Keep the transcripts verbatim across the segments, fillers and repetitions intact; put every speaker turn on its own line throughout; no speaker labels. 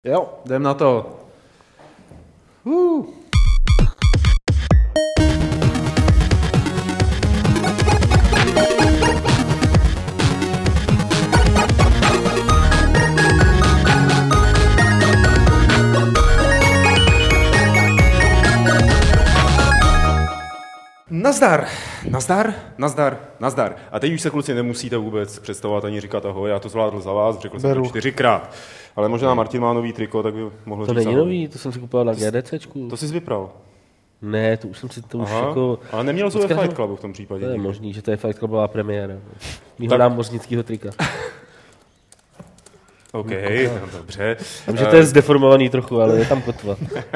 Jo, jdem na to. Uh. Nazdar, nazdar, nazdar, nazdar. A teď už se kluci nemusíte vůbec představovat ani říkat ahoj, já to zvládl za vás, řekl jsem to čtyřikrát. Ale možná Martin má nový triko, tak by mohl
to
říct.
To není nový, to jsem si kupoval na GDCčku.
To jsi vypral?
Ne, to už jsem si to už
Aha,
jako...
Ale neměl jsi ve Fight Clubu v tom případě.
To je možný, že to je Fight Clubová premiéra. Mýho námořnického trika.
OK, no, dobře.
Vím, že to je zdeformovaný trochu, ale je tam kotva.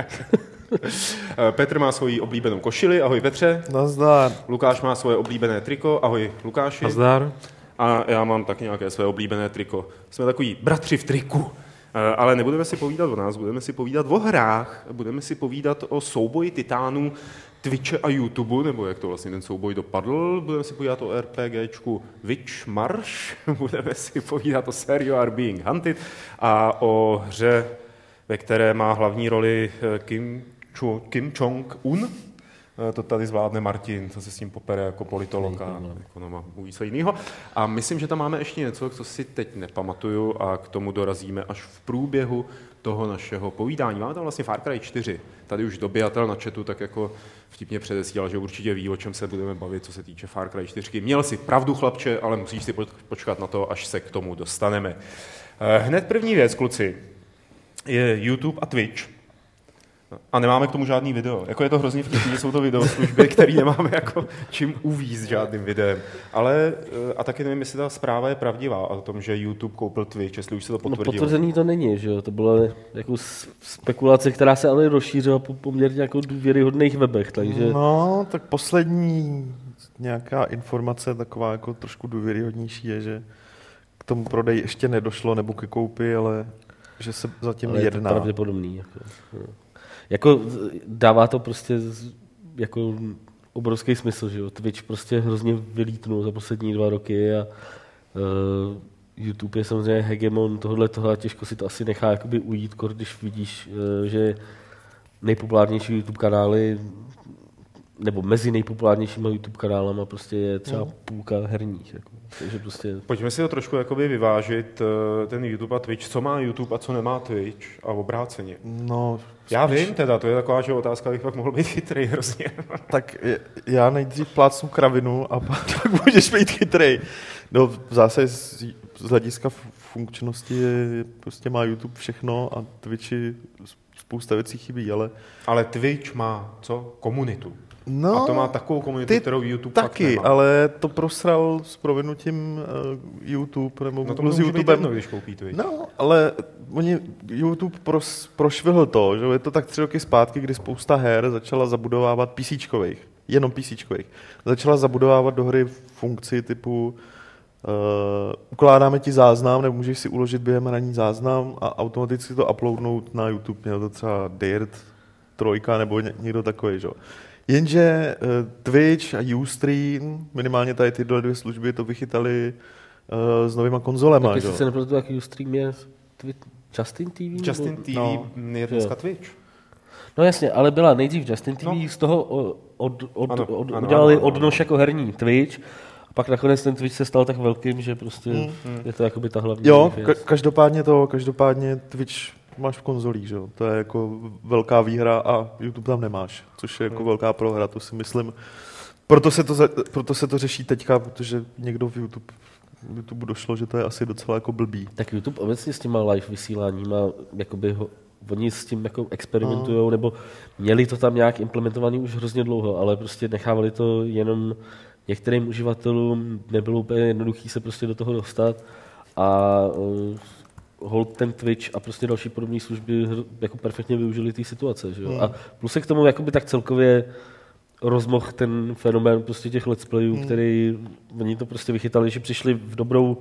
Petr má svoji oblíbenou košili, ahoj Petře.
Nazdar.
Lukáš má svoje oblíbené triko, ahoj Lukáši.
Nazdar.
A já mám taky nějaké své oblíbené triko. Jsme takový bratři v triku. Ale nebudeme si povídat o nás, budeme si povídat o hrách, budeme si povídat o souboji titánů Twitche a YouTube, nebo jak to vlastně ten souboj dopadl, budeme si povídat o RPGčku Witch March, budeme si povídat o sérii Are Being Hunted a o hře, ve které má hlavní roli Kim, Cho, Kim Jong-un. To tady zvládne Martin, co se s tím popere jako politolog a ekonoma, uví co jiného. A myslím, že tam máme ještě něco, co si teď nepamatuju a k tomu dorazíme až v průběhu toho našeho povídání. Máme tam vlastně Far Cry čtyři. Tady už dobijatel na chatu tak jako vtipně předesílal, že určitě ví, o čem se budeme bavit, co se týče Far Cry čtyři. Měl si pravdu, chlapče, ale musíš si počkat na to, až se k tomu dostaneme. Hned první věc, kluci, je YouTube a Twitch. A nemáme k tomu žádný video. Jako je to hrozně vtipný, že jsou to videoslužby, které nemáme jako čím uvízt žádným videem. Ale, a taky nevím, jestli ta zpráva je pravdivá o tom, že YouTube koupil Twitch, jestli už se to potvrdilo.
No potvrzený to není, že jo. To byla jako spekulace, která se ale rozšířila po poměrně jako důvěryhodných webech, takže...
No, tak poslední nějaká informace, taková jako trošku důvěryhodnější je, že k tomu prodeji ještě nedošlo, nebo ke koupi, ale že se zatím
ale
jedná.
Ale je to pravděpodobný. Jako, jako dává to prostě jako obrovský smysl, že jo. Twitch prostě hrozně vylítnul za poslední dva roky a uh, YouTube je samozřejmě hegemon tohohle toho a těžko si to asi nechá jakoby ujít, když vidíš, uh, že nejpopulárnější YouTube kanály nebo mezi nejpopulárnějšíma YouTube kanálama prostě je třeba půlka herních. Jako. Takže prostě...
Pojďme si to trošku jakoby vyvážit, ten YouTube a Twitch. Co má YouTube a co nemá Twitch a obráceně?
No,
já spíš... vím teda, to je taková, že otázka, bych pak mohl být chytrý hrozně.
Tak já nejdřív plácnu kravinu a pak budeš být chytrý. No v zásadě z, z hlediska funkčnosti je, prostě má YouTube všechno a Twitchi spousta věcí chybí, ale...
Ale Twitch má co? Komunitu.
No,
a to má takovou komunitu, kterou YouTube
taky, ale to prosral s provinutím uh, YouTube nebo
no to
s YouTubem.
Jedno, když koupí Twitch.
No, ale oni, YouTube pros, prošvihl to, že je to tak tři roky zpátky, kdy spousta her začala zabudovávat PCčkových, jenom PCčkových. Začala zabudovávat do hry funkci typu uh, ukládáme ti záznam, nebo můžeš si uložit během hraní záznam a automaticky to uploadnout na YouTube. Měl to třeba Dirt, Trojka nebo někdo takový, že? Jenže uh, Twitch a Ustream, minimálně tady tyhle dvě služby, to vychytali uh, s novýma konzolema.
Tak jestli se nepletu, jak Ustream je Justin T V?
Justin T V no, je dneska Twitch.
No jasně, ale byla nejdřív Justin T V, no. Z toho od, od, od,
ano,
od,
ano,
udělali
ano, ano,
odnož jako herní Twitch, a pak nakonec ten Twitch se stal tak velkým, že prostě mm, mm. je to jakoby ta hlavní.
Jo, ka- každopádně to, každopádně Twitch máš v konzolích, že jo? To je jako velká výhra a YouTube tam nemáš, což je jako hmm. velká prohra, to si myslím. Proto se to, proto se to řeší teďka, protože někdo v YouTube, v YouTube došlo, že to je asi docela jako blbý.
Tak YouTube obecně s těma live vysíláníma, jakoby ho, oni s tím jako experimentujou, nebo měli to tam nějak implementovaný už hrozně dlouho, ale prostě nechávali to jenom některým uživatelům, nebylo úplně jednoduchý se prostě do toho dostat a uh, hold ten Twitch a prostě další podobné služby jako perfektně využili té situace. Že jo? Hmm. A plus se k tomu jakoby tak celkově rozmohl ten fenomén prostě těch let's playů, hmm. který oni to prostě vychytali, že přišli v dobrou,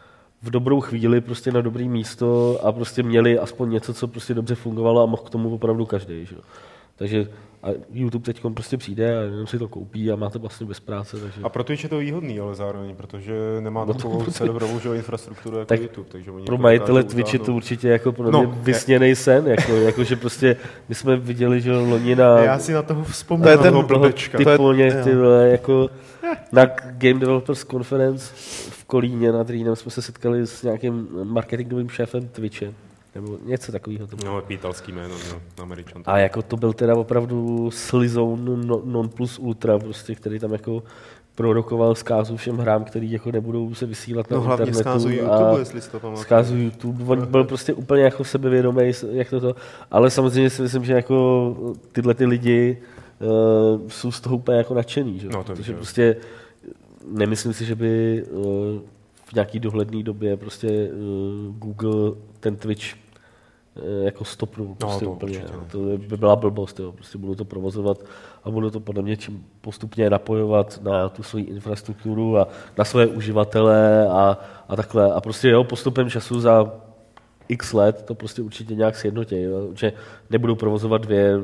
v dobrou chvíli prostě na dobré místo a prostě měli aspoň něco, co prostě dobře fungovalo a mohl k tomu opravdu každý. Že jo? Takže a YouTube teď prostě přijde a jenom si to koupí a má to vlastně bez práce. Takže...
A pro Twitch je to výhodný, ale zároveň, protože nemá
No
takovou
to-
serverovou že, infrastrukturu jako
Tak
YouTube. Takže oni
Pro
to
majitele
dokážou
Twitch je to
utáhnout.
určitě jako pro
No,
mě vysněnej sen, jako, jako, že prostě my jsme viděli, že loni na
Já si na toho vzpomínám,
To je ten
toho
toho
blbečka.
typolně,
To je-
ty vole, jako na Game Developers Conference v Kolíně nad Rýnem jsme se setkali s nějakým marketingovým šéfem Twitche, nebo něco takového. To bylo.
No, italský jméno, no, Američan.
A jako to byl teda opravdu Slyzone no- non plus ultra, prostě, který tam jako prorokoval zkázu všem hrám, který jako nebudou se vysílat na
No hlavně
internetu.
zkázu
a
YouTube, jestli si to pamatuješ.
zkázu YouTube. On byl prostě úplně jako sebevědomý, jak to to. Ale samozřejmě si myslím, že jako tyhle ty lidi uh, jsou z toho úplně jako nadšený. Že?
No, to
Protože
víš,
prostě nemyslím si, že by uh, v nějaký dohledné době prostě uh, Google ten Twitch uh, jako stopnul prostě
to
úplně.
určitě ne.
To by byla blbost. Jo. Prostě budou to provozovat a budou to podle mě čím postupně napojovat na tu svoji infrastrukturu a na své uživatele a, a takhle. A prostě jo, postupem času za x let to prostě určitě nějak sjednotí. Jo. Že nebudou provozovat dvě,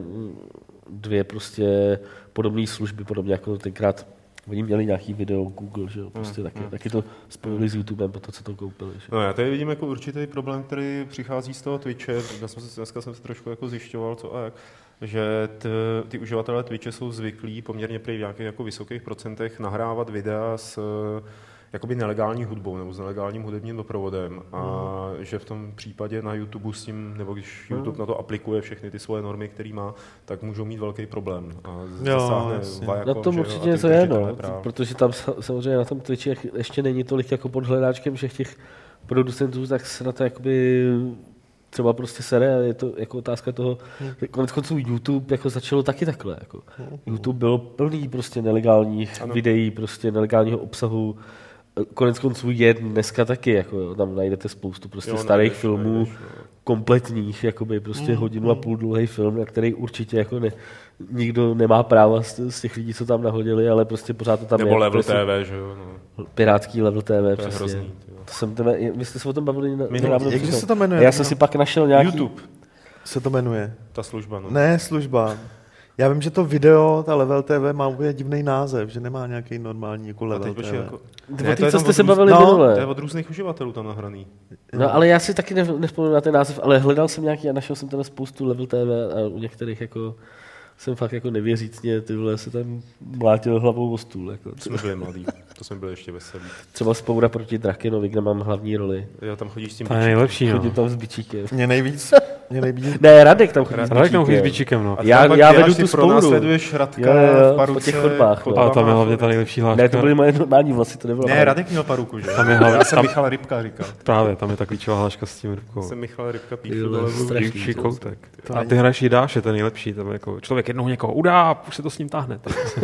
dvě prostě podobné služby, podobně jako tenkrát oni měli nějaký video Google, že jo, prostě
Mm,
taky,
mm.
taky to spojili s YouTubem, po to, co to koupili. Že?
No já tady vidím jako určitý problém, který přichází z toho Twitche. Dneska jsem se, dneska jsem se trošku jako zjišťoval, co a jak, že t, ty uživatelé Twitche jsou zvyklí poměrně prý v nějakých jako vysokých procentech nahrávat videa s jakoby nelegální hudbou nebo s nelegálním hudebním doprovodem a mm. že v tom případě na YouTube s tím, nebo když YouTube na to aplikuje všechny ty svoje normy, které má, tak můžou mít velký problém a
Jo,
zasáhne
jasně.
va- jako,
Na tom
že jo,
určitě
a ty
něco je,
držitelé
no,
práv.
protože tam sa- samozřejmě na tom Twitchi ještě není tolik jako pod hledáčkem všech těch producentů, tak se na to jakoby třeba prostě sere a je to jako otázka toho, konec konců YouTube jako začalo taky takhle. Jako. YouTube bylo plný prostě nelegálních
Ano.
videí, prostě nelegálního obsahu. Konec konců je dneska taky, jako, jo, tam najdete spoustu prostě
Jo,
starých
najdeš,
filmů,
najdeš, no.
kompletních, jakoby prostě hodinu a půl dlouhý film, na který určitě jako ne, nikdo nemá práva z, z těch lidí, co tam nahodili, ale prostě pořád to tam
Nebo
je.
Level
Prostě
T V, že jo. No.
Pirátský Level T V,
To je
přesně.
hrozný. ty jo.
To jsem tebe, vy jste se o tom bavili na,
Minulý.
nedávno
Jak
přitom.
se to jmenuje?
Já jsem si pak našel nějaký...
YouTube,
Se to jmenuje?
ta služba, no.
Ne, služba. Já vím, že to video, ta Level T V má úplně divný název, že nemá nějaký normální jako
A
Level
teď
T V.
počkej, jako...
Ty,
Ne,
ty,
to je
co
tam
jste
od
se
růz-
bavili
no,
minule.
To je od různých uživatelů tam nahraný.
No, ale já si taky ne, nevzpomínám na ten název, ale hledal jsem nějaký a našel jsem teda spoustu Level T V a u některých jako jsem fakt jako nevěřícně, ty vole, se tam mlátil hlavou o stůl. Jako.
To jsme byli mladí, to jsme byli ještě veselí.
Třeba Spoura proti Drakenovi, kde mám hlavní roli.
Jo, tam chodíš s tím
To je nejlepší, no.
Chodím tam s bičíkem.
Mě nejvíc, mě nejvíc,
Ne, Radek tam chodí s
Radek tam chodí s
bičíkem.
bičíkem, no.
A
Já-
tam pak
já
děláš,
vedu
ty
tu spouru.
pronásleduješ Radka
Jo, jo,
v paruce.
po těch chodbách, no.
A tam je hlavně ta nejlepší hláška.
Ne, to byly moje normální vlasy, to nebylo.
Ne, Radek měl paruku, že?
Tam je hlavně-
Já jsem
tam-
Michal Rybka říkal.
Právě, tam je ta klíčová hláška s tím rybkou.
Jsem Michal Rybka píchu
Jo,
do levu.
strašný.
Dílčí koutek.
To
A
není-
ty hraješ Jidáše, to je nejlepší. Tam jako člověk jednou někoho udá a už se to s ním táhne.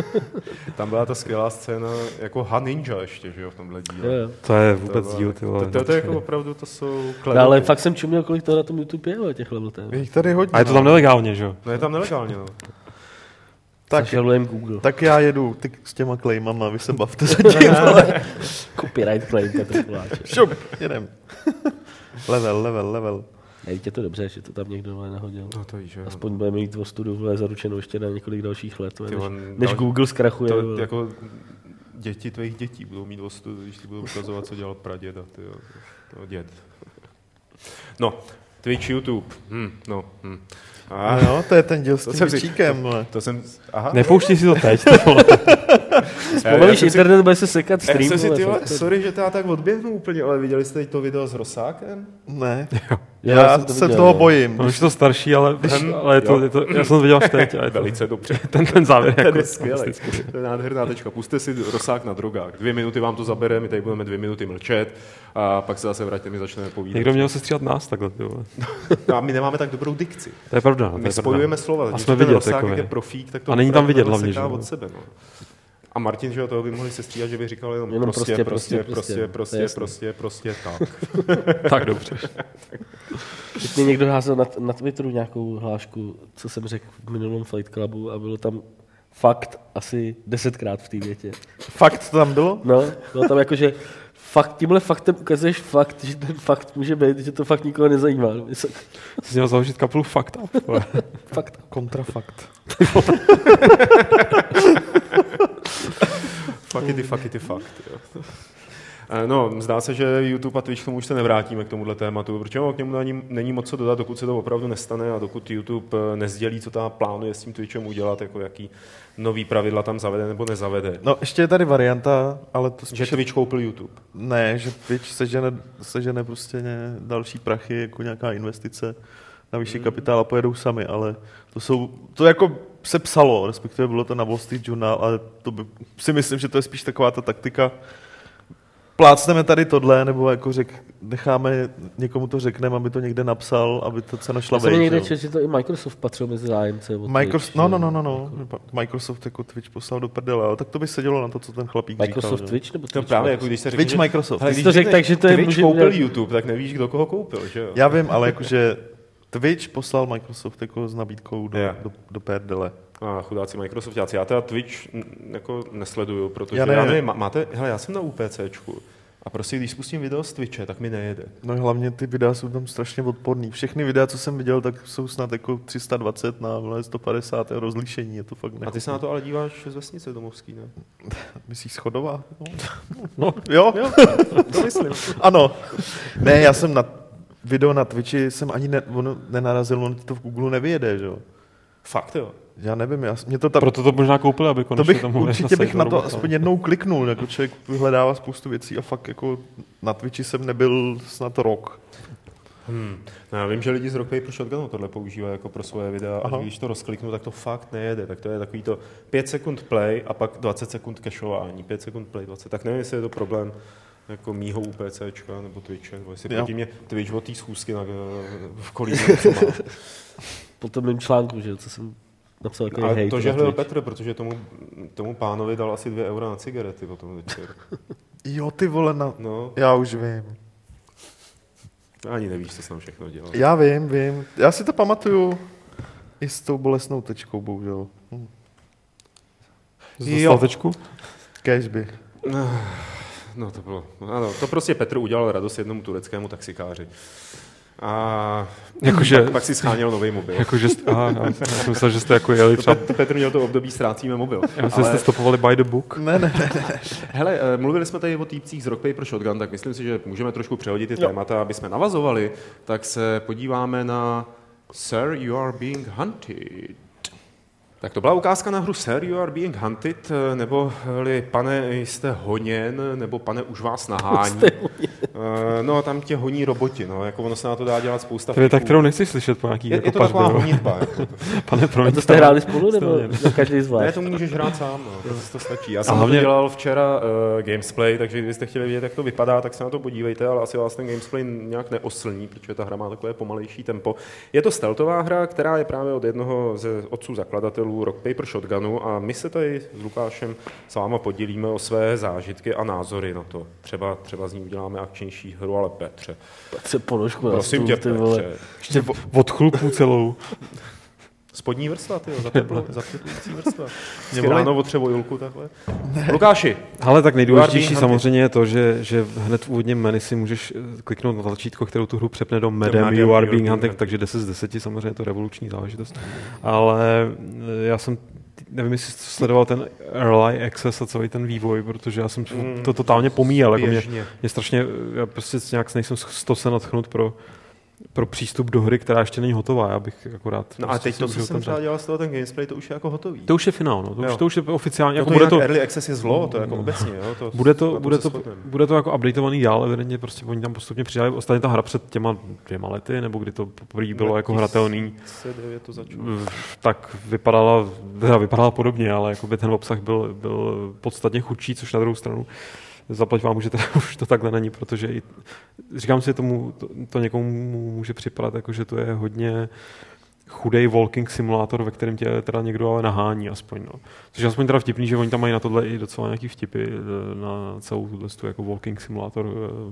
Tam byla ta skvělá scéna jako Ha Ninja ještě, že jo, v tomhle díle.
Jo, jo.
To je
To
vůbec
byla-
díl, ty vole.
To, to, to, je jako opravdu, to jsou
No,
klenoty.
ale fakt jsem čuměl, kolik toho na tom YouTube je, ale těch Level T V.
je jich tady hodně.
A je to
no.
tam nelegálně, že jo?
No je tam nelegálně, no.
Tak,
Zažalujem Google.
tak já jedu ty s těma claimama, vy se bavte se tím, ale
Copyright claim, Petr Koláček.
šup, jedem. Level, level, level.
Ne, je to dobře, že to tam někdo vole nahodil.
No to víš, že jo.
Aspoň budeme mít o studu vole zaručenou ještě na několik dalších let, vole,
Ty
než,
vole,
než
dal-
Google zkrachuje.
To,
vole.
jako děti tvých dětí budou mít ostu, když ti budou ukazovat, co dělal praděda, ty jo. No, děd. No, Twitch, YouTube. Hm, no, hm. A,
No jo, to je ten díl s
To
tím
jsem si-
bičíkem, vole.
to jsem, aha.
Nepouští si to teď, ty vole.
Já- já
Pomalíš
jsem si-
internet, bude se sekat
Já
stream.
jsem si,
vole,
ty vole,
fakt to-
sorry, že to já tak odběhnu úplně, ale viděli jste teď to video s Rosákem?
Ne,
Jo,
já
jsem to
se
viděl,
toho
no.
bojím.
No, už je to starší, ale,
Hm,
ale je to,
jo.
je to, já jsem to viděl až teď. A je to,
Velice dobře.
ten, ten závěr
Ten
jako
je skvělý. To je nádherná tečka. Puste si Rosák na drogách. Dvě minuty vám to zabere, my tady budeme dvě minuty mlčet a pak se zase vrátíme, začneme povídat.
Někdo měl se stříhat nás takhle, ty vole.
No a my nemáme tak dobrou dikci.
To je pravda. To
My
je
spojujeme
pravda.
slova.
A
Zatímco
jsme
ten
vidět,
Rosák,
jako
jak je
je.
profík, tak to
A není tam vidět
opravdu
hlavně,
seká
že jo.
od sebe. No. A Martin, že jo, toho by mohli se stříhat, že by říkal jenom,
Jenom
prostě,
prostě,
prostě,
prostě,
prostě,
prostě,
prostě,
to
prostě,
je
prostě, prostě, tak.
Tak dobře.
Teď mě někdo házel na, na Twitteru nějakou hlášku, co jsem řekl v minulém Fight Clubu a bylo tam fakt asi desetkrát v té větě.
Fakt to tam bylo?
No, bylo tam jako, že fakt, tímhle faktem ukazuješ fakt, že ten fakt může být, že to fakt nikoho nezajímá.
Jsi měl založit kapelu Fucked Up. vole.
Fakt.
Kontrafakt.
Fakity, fakity, fakt. Jo. No, zdá se, že YouTube a Twitch, k tomu už se nevrátíme k tomuhle tématu, protože k němu není, není moc co dodat, dokud se to opravdu nestane a dokud YouTube nesdělí, co tam plánuje s tím Twitchem udělat, jako jaký nový pravidla tam zavede nebo nezavede.
No, ještě je tady varianta, ale to
spíše... Že Twitch koupil YouTube.
Ne, že Twitch sežene, sežene prostě ně, další prachy, jako nějaká investice na vyšší hmm. kapitál a pojedou sami, ale to jsou, to jako se psalo, respektive bylo to na Wall Street Journal, ale to by, si myslím, že to je spíš taková ta taktika, plácneme tady tohle, nebo jako řek, necháme, někomu to řekneme, aby to někde napsal, aby to cena šla vejš.
Já jsem někde četl, že to i Microsoft patřil mezi zájemce.
Microsoft, no, no, no, no, no. Microsoft jako Twitch poslal do prdele, ale tak to by sedělo na to, co ten chlapík
Microsoft
říkal.
Twitch nebo
Twitch? To právě, jako když se
Twitch
řekne,
Microsoft.
Hele,
když to řekl tak, že to je...
Twitch koupil YouTube, tak nevíš, kdo koho koupil, že jo?
Já vím, ale jakože Twitch poslal Microsoft jako s nabídkou do, yeah. do, do prdele.
A chudáci Microsoftáci. Já teda Twitch jako nesleduju, protože
já, ne,
já nevím, máte, hele, já jsem na UPCčku a prostě když spustím video z Twitche, tak mi nejede.
No hlavně ty videa jsou tam strašně odporný. Všechny videa, co jsem viděl, tak jsou snad jako tři sta dvacet na sto padesát rozlišení, je to fakt nechutný.
A ty se na to ale díváš z vesnice domovský, ne?
Myslíš Schodová? No,
no
jo?
jo, to myslím.
Ano. Ne, já jsem na video na Twitchi jsem ani ne, on nenarazil, on to v Google nevyjede, že jo?
Fakt jo?
Já nevím, já, mě to tam...
Proto to možná koupili, aby konečně
to bych,
tam mohli
určitě bych na to aspoň jednou kliknul, jako člověk vyhledává spoustu věcí a fakt jako na Twitchi jsem nebyl snad rok.
Hmm. No, já vím, že lidi z Rock Paper Shotgunu tohle používají jako pro svoje videa a když to rozkliknu, tak to fakt nejede. Tak to je takový to pět sekund play a pak dvacet sekund cashování. pět sekund play, dvacet. Tak nevím, jestli je to problém jako mýho UPCčka nebo Twitche, nebo jestli proti mě Twitch od té schůzky na, v kolíně, co má.
Po tom mým článku, že co jsem napsal jako
a
hejt.
to žehlil Petr, protože tomu, tomu pánovi dal asi dvě eura na cigarety potom večer.
Jo, ty vole, na...
no.
Já už vím.
Ani nevíš, co jsem všechno dělal.
Já vím, vím. Já si to pamatuju i s tou bolestnou tečkou, bohužel. Hm.
Dostal tečku?
Kéž by.
No to bylo, ano, to prostě Petr udělal radost jednomu tureckému taxikáři. A
jakože,
pak, pak si scháněl nový mobil.
Jakože, aha, já jsem myslel, že jste jako jeli třeba...
To Petr měl to období ztrácíme mobil.
Já myslím, že jste stopovali by the book.
Ne, ne, ne, ne.
Hele, mluvili jsme tady o týpcích z Rock Paper Shotgun, tak myslím si, že můžeme trošku přehodit ty jo. témata, aby jsme navazovali, tak se podíváme na Sir, you are being hunted. Tak to byla ukázka na hru Sir, you are being hunted, nebo-li pane, jste honěn, nebo pane, už vás nahání. No, tam tě honí roboti, no, jako ono se na to dá dělat spousta
vtipů. To je ta, kterou nechci slyšet po nějaký
je,
jako
je to taková honitba. Jako.
Pane, promiň.
A to jste hráli spolu, nebo každý z vás?
Ne, to můžeš hrát sám, no, to, to stačí. Já jsem hlavně... to dělal včera uh, Gamesplay, takže kdybyste chtěli vidět, jak to vypadá, tak se na to podívejte, ale asi vás ten Gamesplay nějak neoslní, protože ta hra má takové pomalejší tempo. Je to stealthová hra, která je právě od jednoho ze otců zakladatelů Rock Paper Shotgunu a my se tady s Lukášem s váma podělíme o své zážitky a názory na to. Třeba, třeba z ní uděláme akčnější hru, ale Petře.
Petře, ponožku na
Prosím tě, Petře.
Ještě od chlupů celou.
Spodní vrstva, tyjo, zateplující vrstva. Vždycky ráno otřebuji Julku takhle. Ne. Lukáši.
Ale tak nejdůležitější samozřejmě je to, že, že hned v úvodním menu si můžeš kliknout na tlačítko, kterou tu hru přepne do Madam, you are being hunted, takže deset z deseti, samozřejmě je to revoluční záležitost. Ale já jsem, nevím, jestli jsi sledoval ten Early Access a celý ten vývoj, protože já jsem mm, to totálně pomíjel. Jako mě, mě strašně, já prostě nějak nejsem sto se nadchnut pro pro přístup do hry, která ještě není hotová, já bych akorát...
No a teď to, co jsem třeba dělal z toho, ten gameplay, to už je jako hotový.
To už je finál, no. To, už, to už je oficiálně...
No
jako
to
bude to,
early access je zlo, to je jako no. obecně, jo. To,
bude, to, bude, to, bude to jako updateovaný dál, evidentně prostě oni tam postupně přidali. Ostatně ta hra před těma dvěma lety, nebo kdy to poprvé bylo jako hratelný,
to
tak vypadala, vypadala podobně, ale jako by ten obsah byl, byl podstatně chudší, což na druhou stranu zaplať vám, že teda už to takhle není, protože i, říkám si, tomu, to, to někomu může připadat, jako, že to je hodně chudej walking simulátor, ve kterém tě teda někdo ale nahání aspoň. No. Což je aspoň teda vtipný, že oni tam mají na tohle i docela nějaký vtipy na celou tuhle jako walking simulátor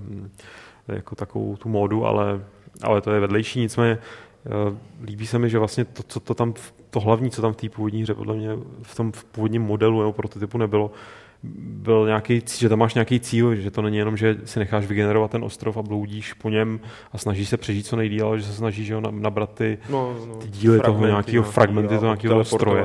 jako takovou tu módu, ale, ale to je vedlejší, nicméně líbí se mi, že vlastně to, co to tam, to hlavní, co tam v té původní hře, podle mě v tom původním modelu nebo prototypu nebylo, byl nějaký, že tam máš nějaký cíl, že to není jenom, že si necháš vygenerovat ten ostrov a bloudíš po něm a snažíš se přežít co nejdýl, ale že se snažíš že ho nabrat ty,
no, no,
ty díly toho nějakého fragmenty, toho nějakého stroje.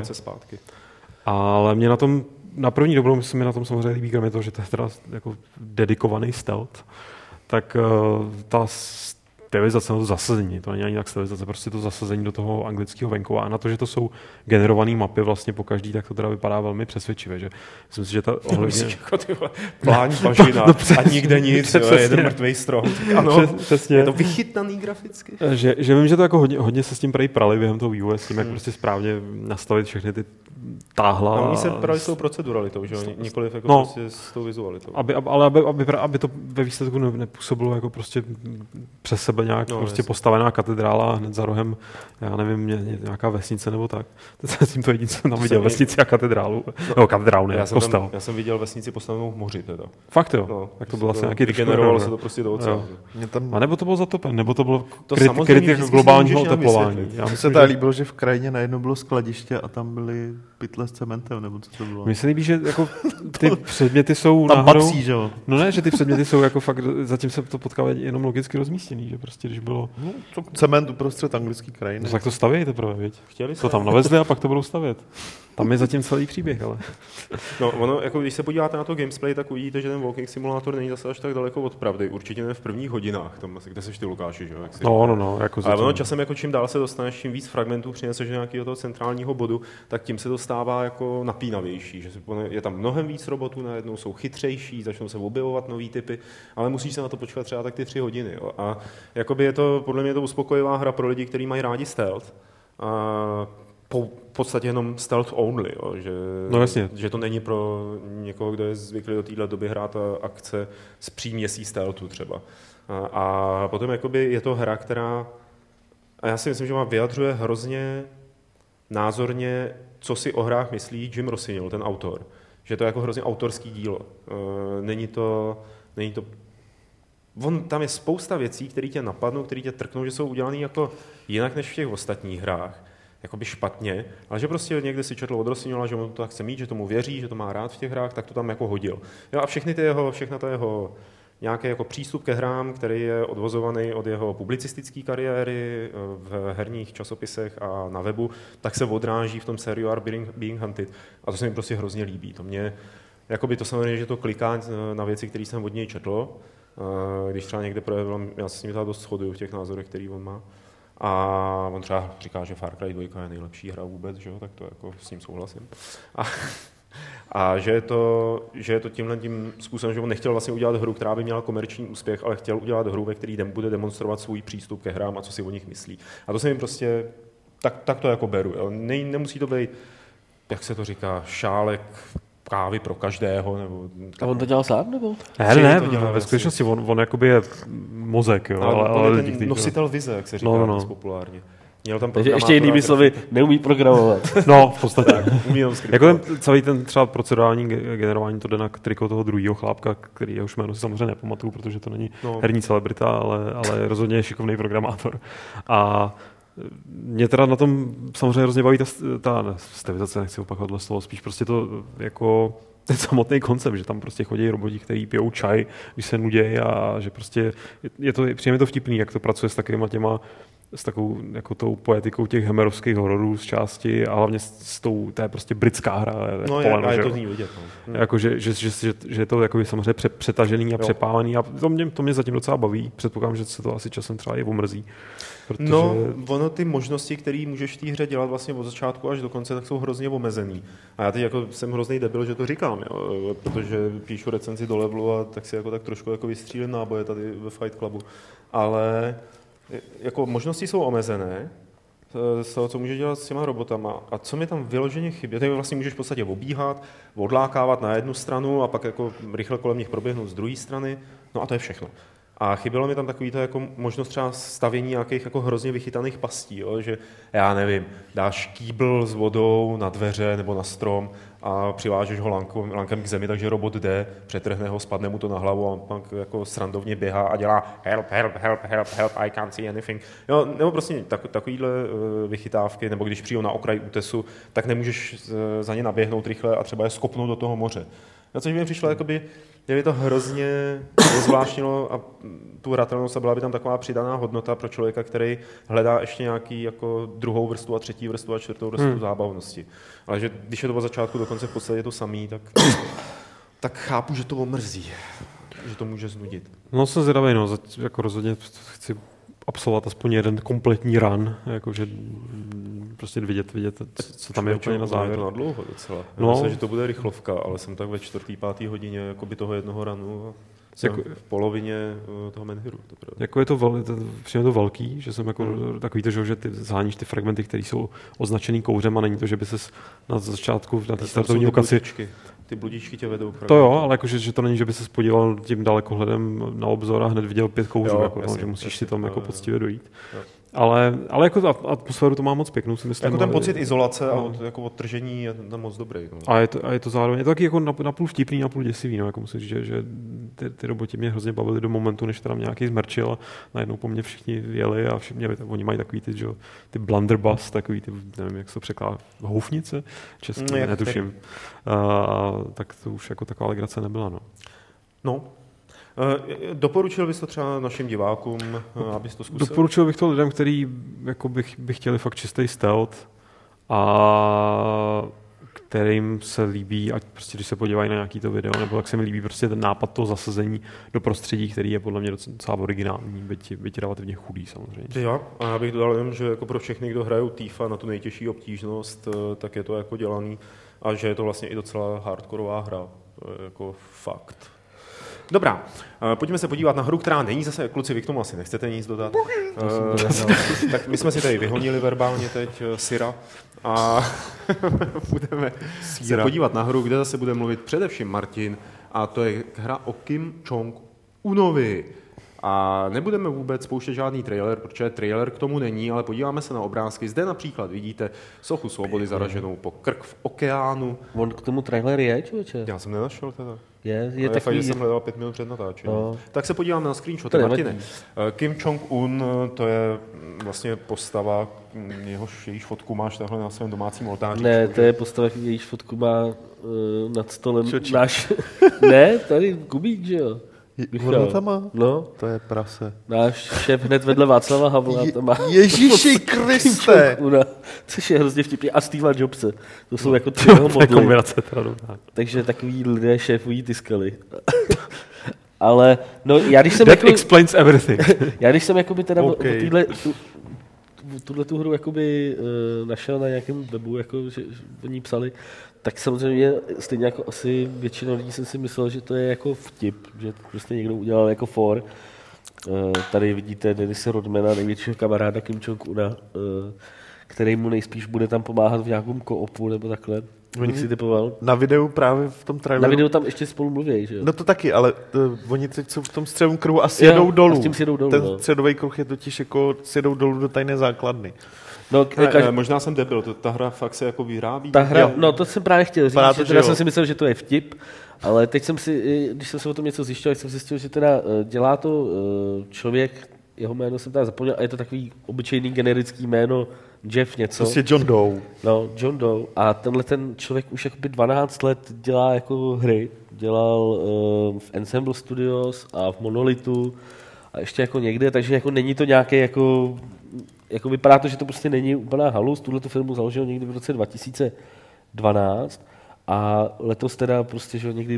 Ale mě na tom, na první dobrou se mi na tom samozřejmě líbí, kromě toho, že to je teda jako dedikovaný stealth, tak uh, ta stylizace, to zasazení, to není ani tak stylizace, prostě to zasazení do toho anglického venkova a na to, že to jsou generované mapy vlastně po každý, tak to teda vypadá velmi přesvědčivě, že myslím si, že ta ohledně...
Plání bažina no, a nikde nic, jo, jeden mrtvej strom. Ano,
přesně.
Je to vychytnaný graficky.
Že, že vím, že to jako hodně, hodně se s tím prej prali během toho vývoje, s tím, jak hmm. prostě správně nastavit všechny ty táhla.
No, oni se prali s tou proceduralitou, že jo, nikoliv jako
no,
prostě s tou vizualitou.
Aby, ale aby, aby, aby to ve výsledku nepůsobilo jako prostě přes sebe nějak no, prostě jasný. Postavená katedrála hned za rohem, já nevím, ně, nějaká vesnice nebo tak. To jsem to jediné, co jsem tam viděl, vesnici a katedrálu. No, no katedrálu, ne,
já jsem
kostel.
Tam, já jsem viděl vesnici postavenou v moři teda.
Fakt jo?
No,
tak to bylo asi nějaký
vygenerovalo se to prostě do oceánu.
Tam...
A nebo to bylo zatopen, nebo to bylo
to
kryt, kryt globálního oteplování.
Já mi se tady líbilo, že v krajině najednou bylo skladiště a tam byly pytle s cementem, nebo co to bylo.
Mně se líbí, že jako ty předměty jsou
tam
náhodou...
patří, že jo?
No ne, že ty předměty jsou jako fakt, zatím se to potkává jenom logicky rozmístěný, že prostě když bylo...
No, to cement uprostřed anglický krajiny.
No tak to stavějí teprve, viď?
Chtěli se.
To tam navezli a pak to budou stavět. Tam je zatím celý příběh, ale...
No, ono, jako když se podíváte na to gameplay, tak uvidíte, že ten walking simulátor není zase až tak daleko od pravdy. Určitě ne v prvních hodinách, tam asi, kde seš ty, Lukáši, že jo?
No, no, no, jako
ale ono časem, jako čím dál se dostaneš, čím víc fragmentů přineseš do nějakého toho centrálního bodu, tak tím se to stává jako napínavější, že je tam mnohem víc robotů, najednou jsou chytřejší, začnou se objevovat nový typy, ale musíš se na to počkat třeba tak ty tři hodiny. Jo? A jakoby je to, podle mě je to uspokojivá hra pro lidi, kteří mají rádi stealth. A po podstatě jenom stealth only, jo? Že,
no jasně.
že to není pro někoho, kdo je zvyklý do téhle doby hrát akce s příměsí stealthu třeba. A, a potom jakoby je to hra, která, a já si myslím, že má vyjadřuje hrozně názorně, co si o hrách myslí Jim Rossignol, ten autor. Že to je jako hrozně autorský dílo. Není to, není to On, tam je spousta věcí, které tě napadnou, které tě trknou, že jsou udělané jako jinak než v těch ostatních hrách. Jakoby špatně, ale že prostě někde si četl od Rossignola, že on to tak chce mít, že tomu věří, že to má rád v těch hrách, tak to tam jako hodil. Jo, a všechny ty jeho, všechna ta jeho nějaký jako přístup ke hrám, který je odvozovaný od jeho publicistické kariéry v herních časopisech a na webu, tak se odráží v tom seriu Are Being, Being Hunted. A to se mi prostě hrozně líbí. To mě, jakoby to samozřejmě, že to kliká na věci, které jsem od něj četl, když třeba někde projevil, já se s ním teda dost shoduju v těch názorech, který on má. A on třeba říká, že Far Cry dva je nejlepší hra vůbec, že jo? Tak to jako s ním souhlasím. A, a že je to, že je to tímhle tím způsobem, že on nechtěl vlastně udělat hru, která by měla komerční úspěch, ale chtěl udělat hru, ve který bude demonstrovat svůj přístup ke hrám a co si o nich myslí. A to se mi prostě, tak, tak to jako beru. Jo? Ne, nemusí to být, jak se to říká, šálek kávy pro každého. Nebo
a on to dělal sám, nebo?
Ne, ne, ne ve skutečnosti on, on jakoby je mozek, jo.
Ale,
ale,
ale
ale
ten
díky,
nositel vize, jak se říká
no, no.
populárně. Měl tam
ještě jinými slovy, neumí programovat.
No, v podstatě.
Umí
jako ten, celý ten třeba procedurální generování, to jde na triko toho druhého chlápka, který už jméno si samozřejmě nepamatuju, protože to není no. herní celebrita, ale, ale rozhodně je šikovný programátor. A mě teda na tom samozřejmě hrozně baví ta, ta stylizace, nechci opakovat tohle slovo, spíš prostě to jako ten samotný koncept, že tam prostě chodí roboti, kteří pijou čaj, když se nudějí a že prostě je to, přijeme to vtipný, jak to pracuje s takovýma těma s takovou jako tou poetikou těch hemerovských hororů z části a hlavně s, s tou, to je prostě britská hra.
Je no poleno, je, je to z ní vidět. No.
Jako, že, že, že, že, že je to jako samozřejmě pře, přetažený a jo. přepávaný a to mě, to mě zatím docela baví. Předpokládám, že se to asi časem třeba i omrzí. Protože...
No, ono ty možnosti, které můžeš v té hře dělat vlastně od začátku až do konce, tak jsou hrozně omezený. A já teď jako jsem hrozný debil, že to říkám, jo, protože píšu recenzi do levelu a tak si jako tak trošku jako vystřílím náboje tady ve Fight Clubu. Ale jako možnosti jsou omezené z toho, co můžeš dělat s těma robotama. A co mi tam vyloženě chybí, ty vlastně můžeš v podstatě obíhat, odlákávat na jednu stranu a pak jako rychle kolem nich proběhnout z druhé strany. No a to je všechno. A chybělo mi tam takový to jako možnost třeba stavění nějakých jako hrozně vychytaných pastí, jo? Že já nevím, dáš kýbl s vodou na dveře nebo na strom a přivážeš ho lankem, lankem k zemi, takže robot jde, přetrhne ho, spadne mu to na hlavu a on pak jako srandovně běhá a dělá help, help, help, help, help, I can't see anything. Jo, nebo prostě tak, takovýhle vychytávky, nebo když přijdou na okraj útesu, tak nemůžeš za ně naběhnout rychle a třeba je skopnout do toho moře. Já což mi přišlo, jakoby, že by to hrozně zvláštnilo a tu hratelnost a byla by tam taková přidaná hodnota pro člověka, který hledá ještě nějaký jako druhou vrstvu a třetí vrstvu a čtvrtou vrstvu hmm. zábavnosti. Ale že když je to od začátku do konce v podstatě to samý, tak, tak chápu, že to omrzí, že to může znudit.
No jsem zvědavý, no, jako rozhodně chci absolvovat aspoň jeden kompletní run, jakože prostě vidět, vidět, co tam je úplně na závěr.
Je to na dlouho docela.
No.
Myslím, že to bude rychlovka, ale jsem tak ve čtvrtý, pátý hodině jakoby toho jednoho runu a jsem jako, v polovině toho Menhiru.
Jako je to, vel, to, je to velký, že jsem jako hmm. takový to, že ty zháníš ty fragmenty, které jsou označený kouřem a není to, že by ses na začátku na té startovní lokaci...
Ty bludíčky tě vedou.
To jo, ale jakože, že to není, že by se podíval tím dalekohledem na obzor a hned viděl pět kouřů, jako, jasně, no, že musíš jasně, si tam jo, jako jo, poctivě dojít. Jo. Ale, ale jako atmosféru to má moc pěknou, si myslím.
Jako ten pocit izolace no. a od, jako odtržení je tam moc dobrý. No.
A, je to, a je to zároveň, je to taky jako napůl vtipný, napůl děsivý, no, jako musím říct, že, že ty, ty roboti mě hrozně bavili do momentu, než tam nějaký zmrčil a najednou po mně všichni jeli a všichni, oni mají takový ty, že, ty blunderbuss, takový ty, nevím, jak se to překládá, houfnice, česky, no, netuším. A, tak to už jako taková legrace nebyla, no.
No. Doporučil bys to třeba našim divákům, abys to zkusil?
Doporučil bych to lidem, kteří jako bych, by chtěli fakt čistý stealth a kterým se líbí, ať prostě když se podívají na nějaký to video, nebo jak se mi líbí prostě ten nápad toho zasazení do prostředí, který je podle mě docela originální, byť, byť relativně chudý samozřejmě.
Jo, a já bych dodal jenom, že jako pro všechny, kdo hrajou Thiefa na tu nejtěžší obtížnost, tak je to jako dělaný a že je to vlastně i docela hardkorová hra. To je jako fakt. Dobrá, pojďme se podívat na hru, která není zase, kluci, vy k tomu asi nechcete nic dodat. Uh, tak my jsme si tady vyhonili verbálně teď Syra a budeme Syra. se podívat na hru, kde zase bude mluvit především Martin a to je hra o Kim Jong-unovi. A nebudeme vůbec pouštět žádný trailer, protože trailer k tomu není, ale podíváme se na obrázky. Zde například vidíte sochu svobody zaraženou po krk v okeánu.
On k tomu trailer je, člověče?
Já jsem nenašel teda.
Je, je takový...
Fakt, že jsem hledal pět minut před natáčením. No. Tak se podíváme na screenshot. Martine, Kim Jong-un, to je vlastně postava, jehož, jejíž fotku máš takhle na svém domácím oltáři.
Ne, to je postava, jejíž fotku má uh, nad stolem Čočí. náš... ne, tady Kubík, že jo?
Ono tam má?
No.
To je prase.
Náš šéf hned vedle Václava Havla.
Je,
tam má
Ježíši Kriste!
Což je hrozně vtipný. A Steva Jobse. To jsou no, jako tři jeho modly. Takže takový lidé šéfují ty skaly. Ale no, já když jsem...
That
jako,
explains everything.
Já když jsem jakoby teda
okay.
týhle, tu, tuhle tu hru jakoby uh, našel na nějakém webu, jako, že, že o ní psali, tak samozřejmě stejně jako asi většina lidí jsem si myslel, že to je jako vtip, že to prostě někdo udělal jako for. Tady vidíte Denise Rodmana, největšího kamaráda Kim Jong-una, který mu nejspíš bude tam pomáhat v nějakém koopu nebo takhle. Bych si typoval.
Na videu právě v tom traileru.
Na videu tam ještě spolu mluví, že jo?
No to taky, ale to, oni teď jsou v tom středovém kruhu a sjedou dolů.
A s tím sjedou dolů.
Ten
no.
středový kruh je totiž jako sjedou dolů do tajné základny.
No, ne, kaž... Možná jsem debil, to, ta hra fakt se jako vyrábí.
Ta hra, no to jsem právě chtěl říct, že teda jsem si myslel, že to je vtip, ale teď jsem si, když jsem se o tom něco zjišťoval, tak jsem zjistil, že teda dělá to člověk, jeho jméno jsem teda zapomněl, a je to takový obyčejný generický jméno Jeff něco.
Prostě John Doe.
No, John Doe. A tenhle ten člověk už jakoby dvanáct let dělá jako hry. Dělal uh, v Ensemble Studios a v Monolithu a ještě jako někde, takže jako není to nějaké jako, jako vypadá to, že to prostě není úplná halus. Tuhletu firmu založil někdy v roce dva tisíce dvanáct a letos teda prostě, že někdy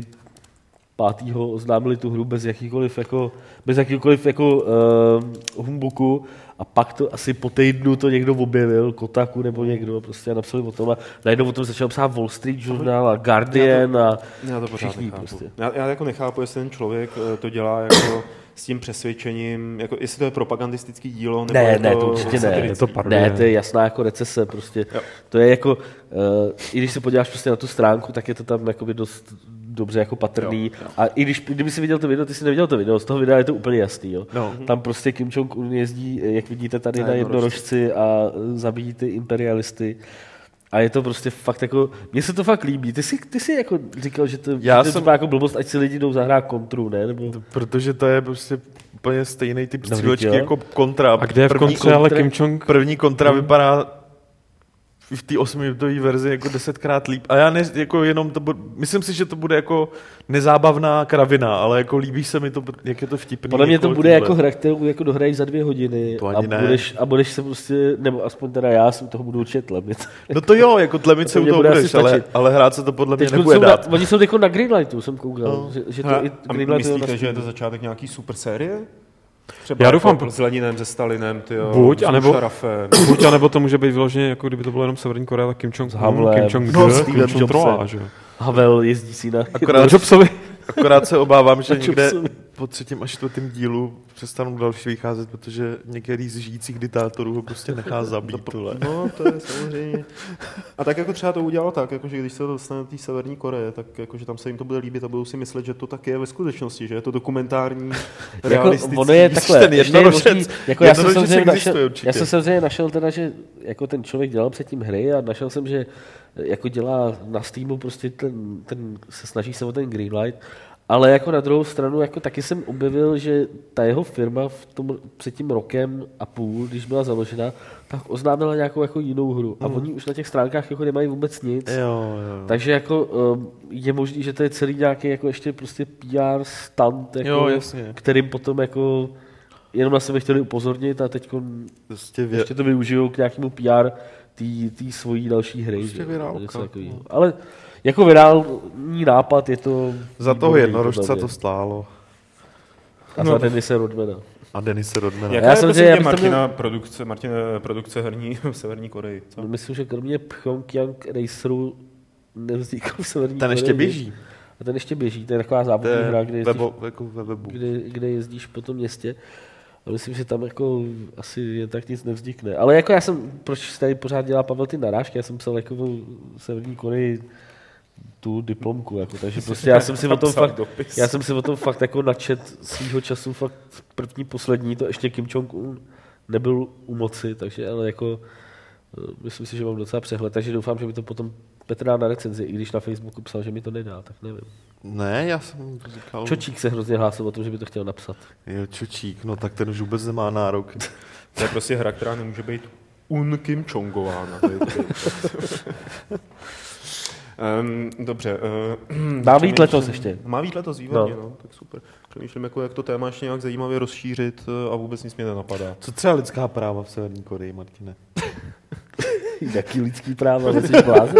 pátýho oznámili tu hru bez jakýkoliv jako, bez jakýkoliv jako uh, humbuku a pak to asi po týdnu to někdo objevil, Kotaku nebo někdo, prostě napsali o tom a najednou o tom začal psát Wall Street Journal a Guardian
já
to,
a já to
všichni
nechápu.
prostě.
Já, já jako nechápu, jestli ten člověk to dělá jako s tím přesvědčením, jako jestli to je propagandistický dílo, nebo
ne,
je
ne,
to,
to určitě ne.
Je to parodie.
Ne, to je jasná jako recese prostě. Jo. To je jako, uh, i když se podíváš prostě na tu stránku, tak je to tam jakoby dost dobře jako patrný. Jo, jo. A i když, kdyby si viděl to video, ty si neviděl to video, z toho videa je to úplně jasný. Jo? No. Tam prostě Kim Jong-un jezdí, jak vidíte tady na, na jednorožci a zabíjí ty imperialisty. A je to prostě fakt jako, mně se to fakt líbí. Ty jsi, ty jsi jako říkal, že to, Já že to jsem... jako blbost, ať si lidi jdou zahrát kontru, ne? Nebo...
Protože to je prostě úplně stejný typ střílečky jako kontra.
A kde je v
první
kontře, ale Kim Jong?
První kontra hmm. vypadá v té osmiminutové verzi jako desetkrát líp. A já ne, jako jenom to bude, myslím si, že to bude jako nezábavná kravina, ale jako líbí se mi to, jak je to vtipný.
Podle mě
jako
to bude jako hra, kterou jako dohraješ za dvě hodiny a budeš, a budeš se prostě, nebo aspoň teda já si toho budu určitě tlemit.
No to jo, jako tlemit se u toho budeš, ale, ale hrát se to podle mě nebude dát.
Na, oni jsou jako na Greenlightu, jsem koukal. No. Že, že to
ha,
i
a myslíte, že je to začátek nějaký super série?
Třeba já doufám,
jako s Leninem, se Stalinem, tyjo,
buď,
s
anebo,
Šarafem.
buď, anebo to může být vyloženě, jako kdyby to bylo jenom Severní Korea, tak Kim Jong-un, Kim Jong-il,
no,
Kim Jong-il, že jo.
Havel jezdí si na...
Akorát, akorát se obávám, že někde po třetím a čtvrtém dílu přestanou další vycházet, protože některý z žijících diktátorů ho prostě nechá zabít. Tohle.
No, to je samozřejmě. A tak jako třeba to udělalo tak, jako, že když se to dostane do té Severní Koreje, tak jako, že tam se jim to bude líbit a budou si myslet, že to tak je ve skutečnosti, že je to dokumentární, realistický.
Jako, ono je takhle,
ten jednorožec,
jako já, jsem samozřejmě našel, já jsem samozřejmě našel teda, že jako ten člověk dělal předtím hry a našel jsem, že jako dělá na Steamu prostě ten, ten se snaží se o ten Greenlight. Ale jako na druhou stranu jako taky jsem objevil, že ta jeho firma v tom před tím rokem a půl, když byla založena, tak oznámila nějakou jako jinou hru. A mm. oni už na těch stránkách jako nemají vůbec nic.
Jo, jo.
Takže jako um, je možný, že to je celý nějaký jako ještě prostě P R stunt, jako,
jo, jasně.
kterým potom jako jenom na sebe chtěli upozornit a teď
prostě vě...
ještě to využijou k nějakému P R té svojí další hry.
Prostě virálka.
No. Ale jako virální nápad je to...
Za toho jednorožce to stálo.
A no. za Denise Rodmana.
A Denise Rodmana.
Jaká
já
je
jsem
prostě
měl...
Martina produkce, Martina produkce herní v Severní Koreji? Co?
No, myslím, že kromě Pyongyang Raceru nevznikl v Severní
Ten
Koreji.
ještě běží.
A ten ještě běží. To je taková závodní hra, kde jezdíš,
webo, jako ve webu.
kde, kde jezdíš po tom městě. A myslím, že tam jako asi jen tak nic nevznikne. Ale jako já jsem, proč tady pořád dělá Pavel ty narážky, já jsem psal jako v Severní Koreji tu diplomku, jako, takže prostě já jsem si o tom fakt, já jsem si o tom fakt jako načet svýho času fakt první, poslední, to ještě Kim Jong-un nebyl u moci, takže ale jako myslím si, že mám docela přehled, takže doufám, že mi to potom Petr dá na recenzi, i když na Facebooku psal, že mi to nedá, tak nevím.
Ne, já jsem říkal...
Čočík se hrozně hlásil o tom, že by to chtěl napsat.
Jo, Čočík, no tak ten už vůbec nemá nárok.
To je prostě hra, která nemůže být un Kim Jongována. Um, dobře. Uh,
Má být letos ještě.
Má být letos, výborně, no.
no.
Tak super. Přemýšlím, jako, jak to téma ještě nějak zajímavě rozšířit a vůbec nic mě nenapadá.
Co třeba lidská práva v Severní Koreji, Martine?
Jaký lidský práva? Jsi blázen?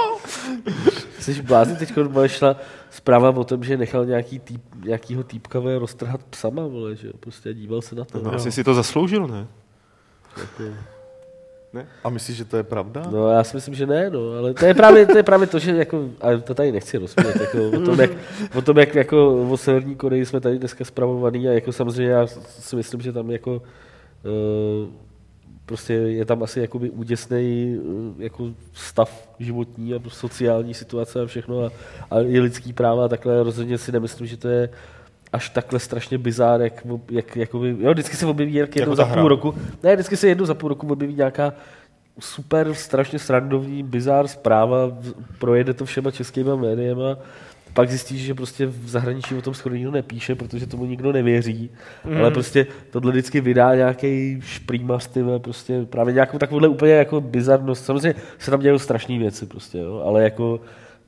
Jsi blázen? Teď šla zpráva o tom, že nechal nějaký týp, nějakýho týpka roztrhat psama, vole, že prostě díval se na to.
No, asi si to zasloužil, ne?
Jako...
Ne?
A myslíš, že to je pravda?
No, já si myslím, že ne, no, ale to je právě to, je právě to že jako, a to tady nechci rozmět, jako, o tom, jak, o tom, jak jako o Severní Koreji jsme tady dneska spravovaný a jako samozřejmě já si myslím, že tam jako uh, prostě je tam asi jakoby úděsnej uh, jako stav životní a sociální situace a všechno a, a i lidský práva a takhle rozhodně si nemyslím, že to je až takhle strašně bizár, jak, jak jakoby, jo, vždycky se objeví jak jednou jako za půl roku, ne, vždycky se jednou za půl roku objeví nějaká super, strašně srandovní, bizár zpráva, projede to všema českýma médiema, pak zjistíš, že prostě v zahraničí o tom skoro nikdo nepíše, protože tomu nikdo nevěří, mm. ale prostě tohle vždycky vydá nějaký šprýmař, tyhle, prostě právě nějakou takovouhle úplně jako bizarnost, samozřejmě se tam dělají strašné věci prostě, jo, ale jako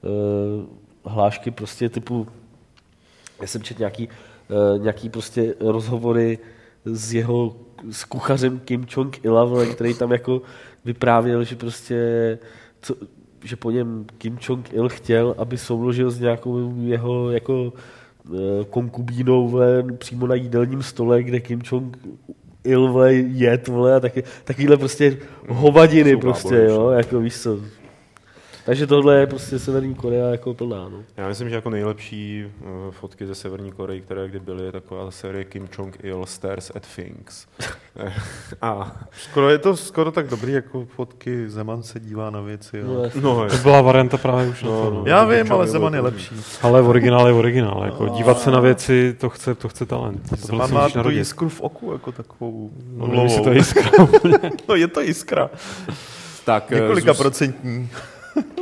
uh, hlášky prostě typu já jsem četl nějaký, uh, nějaký prostě rozhovory s jeho, s kuchařem Kim Jong-ila, který tam jako vyprávěl, že prostě, co, že po něm Kim Jong-il chtěl, aby souložil s nějakou jeho jako uh, konkubínou vle, přímo na jídelním stole, kde Kim Jong-il vle, jet, vle, a taky, takovýhle prostě hovadiny prostě, jo, jako víš co. Takže tohle je prostě Severní Korea jako plná. No.
Já myslím, že jako nejlepší uh, fotky ze Severní Koreji, které kdy byly, je taková série Kim Jong-il Stares at Things. A
skoro je to skoro tak dobrý, jako fotky Zeman se dívá na věci. Jo.
No, no, to byla varianta právě už
no,
na to. No.
Já vím, ale Zeman je lepší.
Ale originál je originál. Jako, dívat se na věci, to chce, to chce talent. To
Zeman má tu jiskru v oku, jako takovou
no, no, to jiskra.
No je to jiskra.
Tak,
několika zůst... procentní.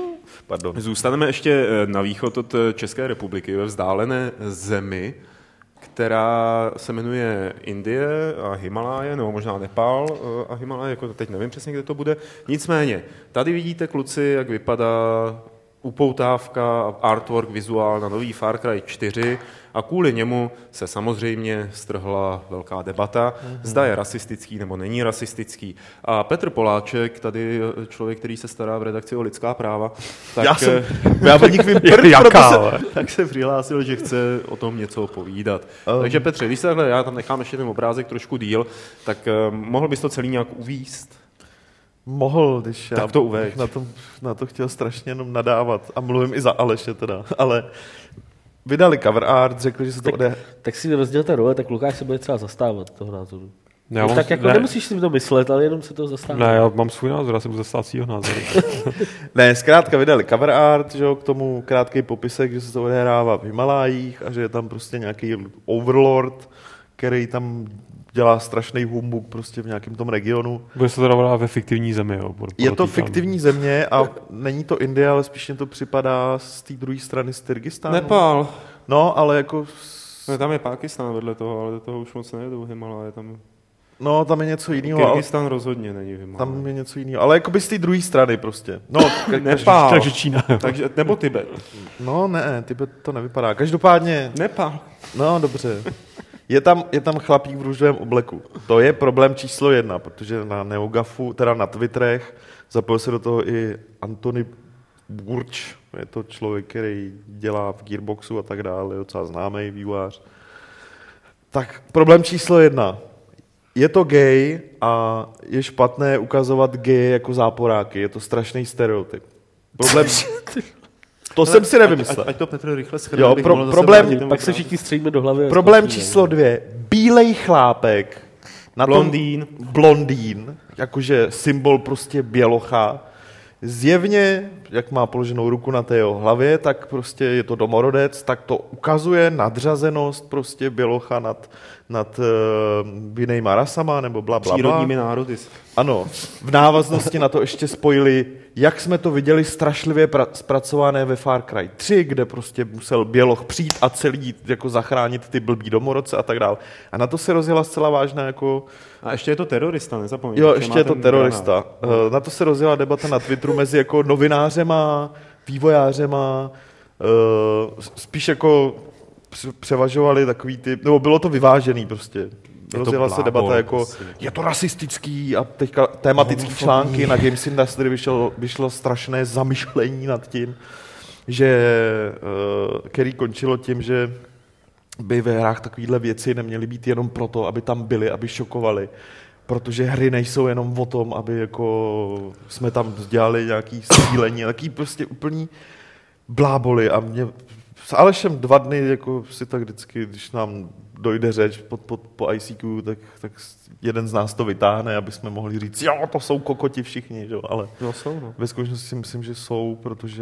Pardon.
Zůstaneme ještě na východ od České republiky, ve vzdálené zemi, která se jmenuje Indie a Himaláje, nebo možná Nepál a Himaláje, jako teď nevím přesně, kde to bude. Nicméně, tady vidíte, kluci, jak vypadá upoutávka, artwork, vizuál na nový Far Cry čtyři a kvůli němu se samozřejmě strhla velká debata, mm-hmm. zda je rasistický nebo není rasistický. A Petr Poláček, tady člověk, který se stará v redakci o lidská práva, tak,
já jsem, já vím prd,
jaká, se, tak se přihlásil, že chce o tom něco povídat. Um. Takže Petře, když se takhle, já tam nechám ještě ten obrázek trošku díl, tak uh, mohl bys to celý nějak uvízt?
Mohl, když
tak
já
to uveď.
Na, to, na to chtěl strašně jenom nadávat. A mluvím i za Aleše teda. Ale vydali cover art, řekli, že se to
tak,
ode...
Tak si rozdělte role, tak Lukáš se bude třeba zastávat toho názoru.
Já mám,
tak jako
ne,
nemusíš si to myslet, ale jenom se toho zastávat.
Ne, já mám svůj názor, já se budu zastávat svýho názoru.
Ne, zkrátka vydali cover art, že jo, k tomu krátký popisek, že se to odehrává v Himalájích a že je tam prostě nějaký overlord, který tam dělá strašný humbuk prostě v nějakém tom regionu.
Bude se to dávat ve fiktivní zemi, jo?
Je to fiktivní země a není to Indie, ale spíš mě to připadá z té druhé strany z Tyrgistánu.
Nepál.
No, ale jako...
Ne, tam je Pákistán vedle toho, ale do toho už moc nejedou Himaláje. Tam...
No, tam je něco jiného.
Kyrgyzstan ale... rozhodně není Himaláje.
Tam je něco jiného, ale jakoby z té druhé strany prostě. No,
Nepál.
Takže Čína.
Takže, nebo Tibet.
No ne, Tibet to nevypadá. Každopádně...
Nepál.
No, dobře. Je tam, je tam chlapík v růžovém obleku. To je problém číslo jedna, protože na NeoGafu, teda na Twitterech, zapojil se do toho i Antony Burč. Je to člověk, který dělá v Gearboxu a tak dále, je docela známý vývojář. Tak problém číslo jedna. Je to gay a je špatné ukazovat gay jako záporáky. Je to strašný stereotyp. Problém... To jsem si nevymyslel.
Ať, ať to Petr rychle schrne.
Jo, pro, problém,
pak se všichni střelíme do hlavy.
Problém číslo dvě. Bílej chlápek. Na
blondýn.
Tom, blondýn. Jakože symbol prostě bělocha. Zjevně, jak má položenou ruku na té jeho hlavě, tak prostě je to domorodec, tak to ukazuje nadřazenost prostě bělocha nad, nad uh, jinýma rasama, nebo bla, bla, bla.
Přírodními národy.
Ano, v návaznosti na to ještě spojili, jak jsme to viděli strašlivě pra- zpracované ve Far Cry tři, kde prostě musel běloch přijít a celý jako zachránit ty blbý domorodce a tak dále. A na to se rozjela zcela vážná jako...
A ještě je to terorista, nezapomeň.
Jo, ještě je to terorista. Granát. Na to se rozjela debata na Twitteru mezi jako novinářema, vývojářema, spíš jako převažovali takový ty, nebo bylo to vyvážený prostě. Rozjela se debata jako, je to rasistický a teďka tematický články na Games Industry vyšlo, vyšlo strašné zamyšlení nad tím, že, který končilo tím, že by ve hrách takovýhle věci neměly být jenom proto, aby tam byly, aby šokovali. Protože hry nejsou jenom o tom, aby jako jsme tam dělali nějaký střílení, taký prostě úplný bláboli. A mě s Alešem dva dny jako si tak vždycky, když nám dojde řeč pod, pod, po I C Q, tak, tak jeden z nás to vytáhne, aby jsme mohli říct, jo, to jsou kokoti všichni, jo, ale
no, jsou, no.
Ve skutečnosti si myslím, že jsou, protože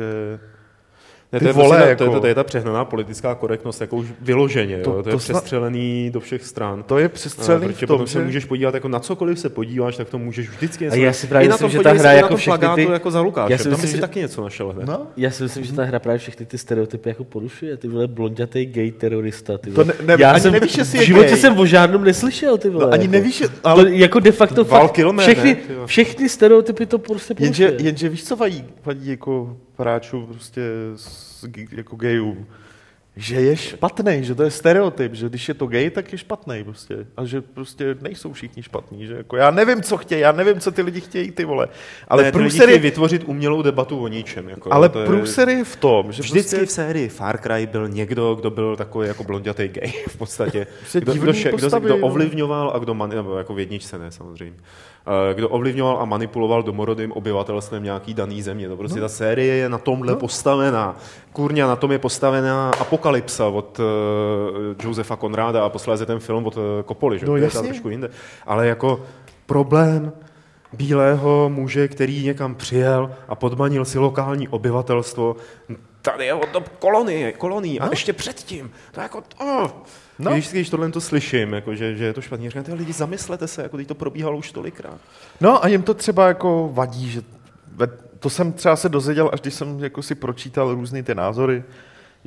ne, to, je vole, prostě, jako... to, je, to je ta přehnaná politická korektnost, jako už vyloženě, to, jo? to, to je to přestřelený do všech stran.
To je přestřelený v tom,
že... se můžeš podívat, jako na cokoliv se podíváš, tak to můžeš vždycky něco...
A já si právě
I
myslím,
na tom
že ta hra jako
všechny
ty...
jako za Lukášem,
já
tam by si
že...
taky něco našel.
No?
Já si myslím, že ta hra právě všechny ty stereotypy jako porušuje, ty vole blondětej gay terorista, ty
vole. To ne, ne,
já
ani
jsem,
nevíš, jestli je
v životě
gay.
jsem o žádném neslyšel, ty vole.
No, ani
jako.
nevíš, ale...
To jako de facto fakt, všechny, všechny stereotypy to prostě porušuje.
Jenže, jenže víš, co vadí, vadí jako hráčů prostě s, jako gayů, že je špatný, že to je stereotyp, že když je to gay, tak je špatný prostě. A že prostě nejsou všichni špatní, že jako já nevím, co chtějí, já nevím, co ty lidi chtějí, ty vole. Ale
ne,
průser je
vytvořit umělou debatu o ničem. Jako,
ale
to je...
průser je v tom, že
vždycky
prostě...
v sérii Far Cry byl někdo, kdo byl takový jako blondětej gay v podstatě. Kdo, kdo, še, kdo, kdo ovlivňoval a kdo mani, nebo jako v jedničce ne, samozřejmě. Kdo ovlivňoval a manipuloval domorodým obyvatelstvem nějaký daný země. To prostě no. Ta série je na tomhle no. postavená. Kurňa, na tom je postavená Apokalypsa od uh, Josefa Conrada a posléze ten film od uh, Coppoli, že?
No,
to je trošku jinde. Ale jako problém bílého muže, který někam přijel a podmanil si lokální obyvatelstvo, tady je od kolonie, kolonie no. a ještě předtím. To je jako... Oh. No. Když, když tohle to slyším, jako, že, že je to špatně, říkám, lidi, zamyslete se, jako, když to probíhalo už tolikrát.
No a jim to třeba jako vadí, že to jsem třeba se dozvěděl, až když jsem jako si pročítal různý ty názory, že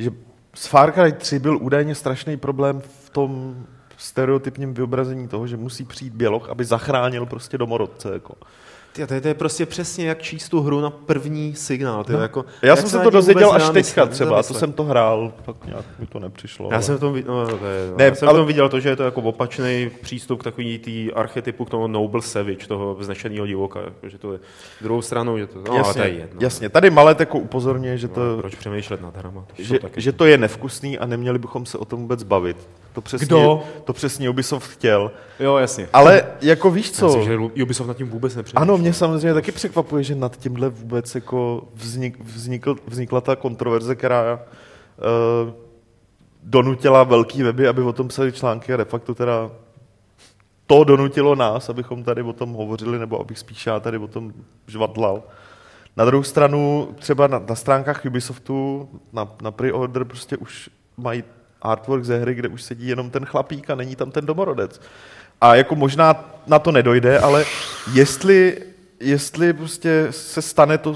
s Far Cry tři byl údajně strašný problém v tom stereotypním vyobrazení toho, že musí přijít běloch, aby zachránil prostě domorodce. Jako.
Ty, to, je, to je prostě přesně jak číst tu hru na první signál. Ty,
no.
jako,
já jsem se to dozvěděl až teďka třeba, a to jsem to hrál, tak nějak mi to nepřišlo.
Já
ale...
jsem v tom, no, to je,
ne,
já jsem
ale...
v tom viděl to, že je to jako opačný přístup k takový tý archetypu k tomu Noble Savage, toho vznešeného divoka. Jako, že to je druhou stranou, že to, no,
jasně,
to je jedno.
Jasně, tady Malet jako upozorňuje, že to...
No, proč přemýšlet nad hrama? To
že, že to je nevkusný a neměli bychom se o tom vůbec bavit. To přesně,
Kdo?
To přesně Ubisoft chtěl.
Jo, jasně.
Ale jako víš co?
Myslím, že Ubisoft nad tím vůbec nepřemýšlel.
Ano, mě samozřejmě taky překvapuje, že nad tímhle vůbec jako vznik, vznikl, vznikla ta kontroverze, která uh, donutila velký weby, aby o tom psali články a de facto teda to donutilo nás, abychom tady o tom hovořili, nebo abych spíš já tady o tom žvadlal. Na druhou stranu třeba na, na stránkách Ubisoftu na, na pre-order prostě už mají artwork ze hry, kde už sedí jenom ten chlapík a není tam ten domorodec. A jako možná na to nedojde, ale jestli, jestli prostě se stane to,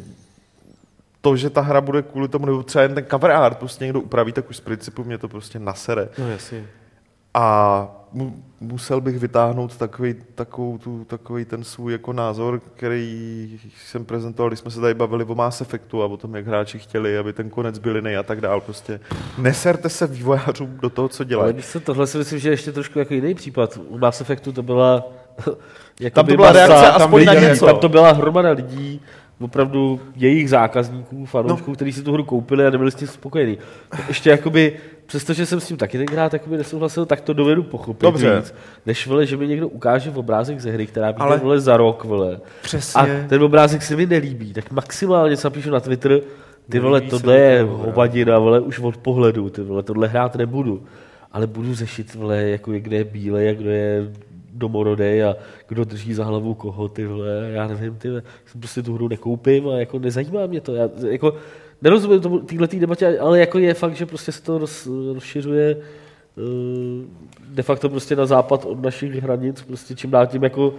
to, že ta hra bude kvůli tomu, nebo třeba jen ten cover art prostě někdo upraví, tak už z principu mě to prostě nasere.
No jasně.
A mu, musel bych vytáhnout takový, takovou tu, takový ten svůj jako názor, který jsem prezentoval, když jsme se tady bavili o Mass Effectu a o tom, jak hráči chtěli, aby ten konec byl jiný a tak dál. Prostě neserte se vývojářům do toho, co dělají.
Ale tohle si myslím, že je ještě trošku jako jiný případ. U Mass Effectu to byla...
Tam to byla reakce aspoň na něco.
Tam to byla hromada lidí, opravdu jejich zákazníků, fanoušků, no. kteří si tu hru koupili a nebyli s tím spokojení. Ještě jakoby, přestože jsem s tím taky tenkrát jakoby nesouhlasil, tak to dovedu pochopit.
Dobře.
Víc, než vole, že mi někdo ukáže obrázek ze hry, která vyjde
Ale...
vole za rok, vole.
Přesně.
A ten obrázek se mi nelíbí, tak maximálně se napíšu na Twitter, ty vole, tohle je hovadina, vole, už od pohledu, ty vole, tohle hrát nebudu. Ale budu řešit, vole, jako kde je bílej a kdo je domorodej a kdo drží za hlavu koho, ty vole, já nevím, ty vole, prostě tu hru nekoupím a jako nezajímá mě to, já jako nerozumím tomu téhletý debatě, ale jako je fakt, že prostě se to roz, rozšiřuje de facto prostě na západ od našich hranic, prostě čím dál tím jako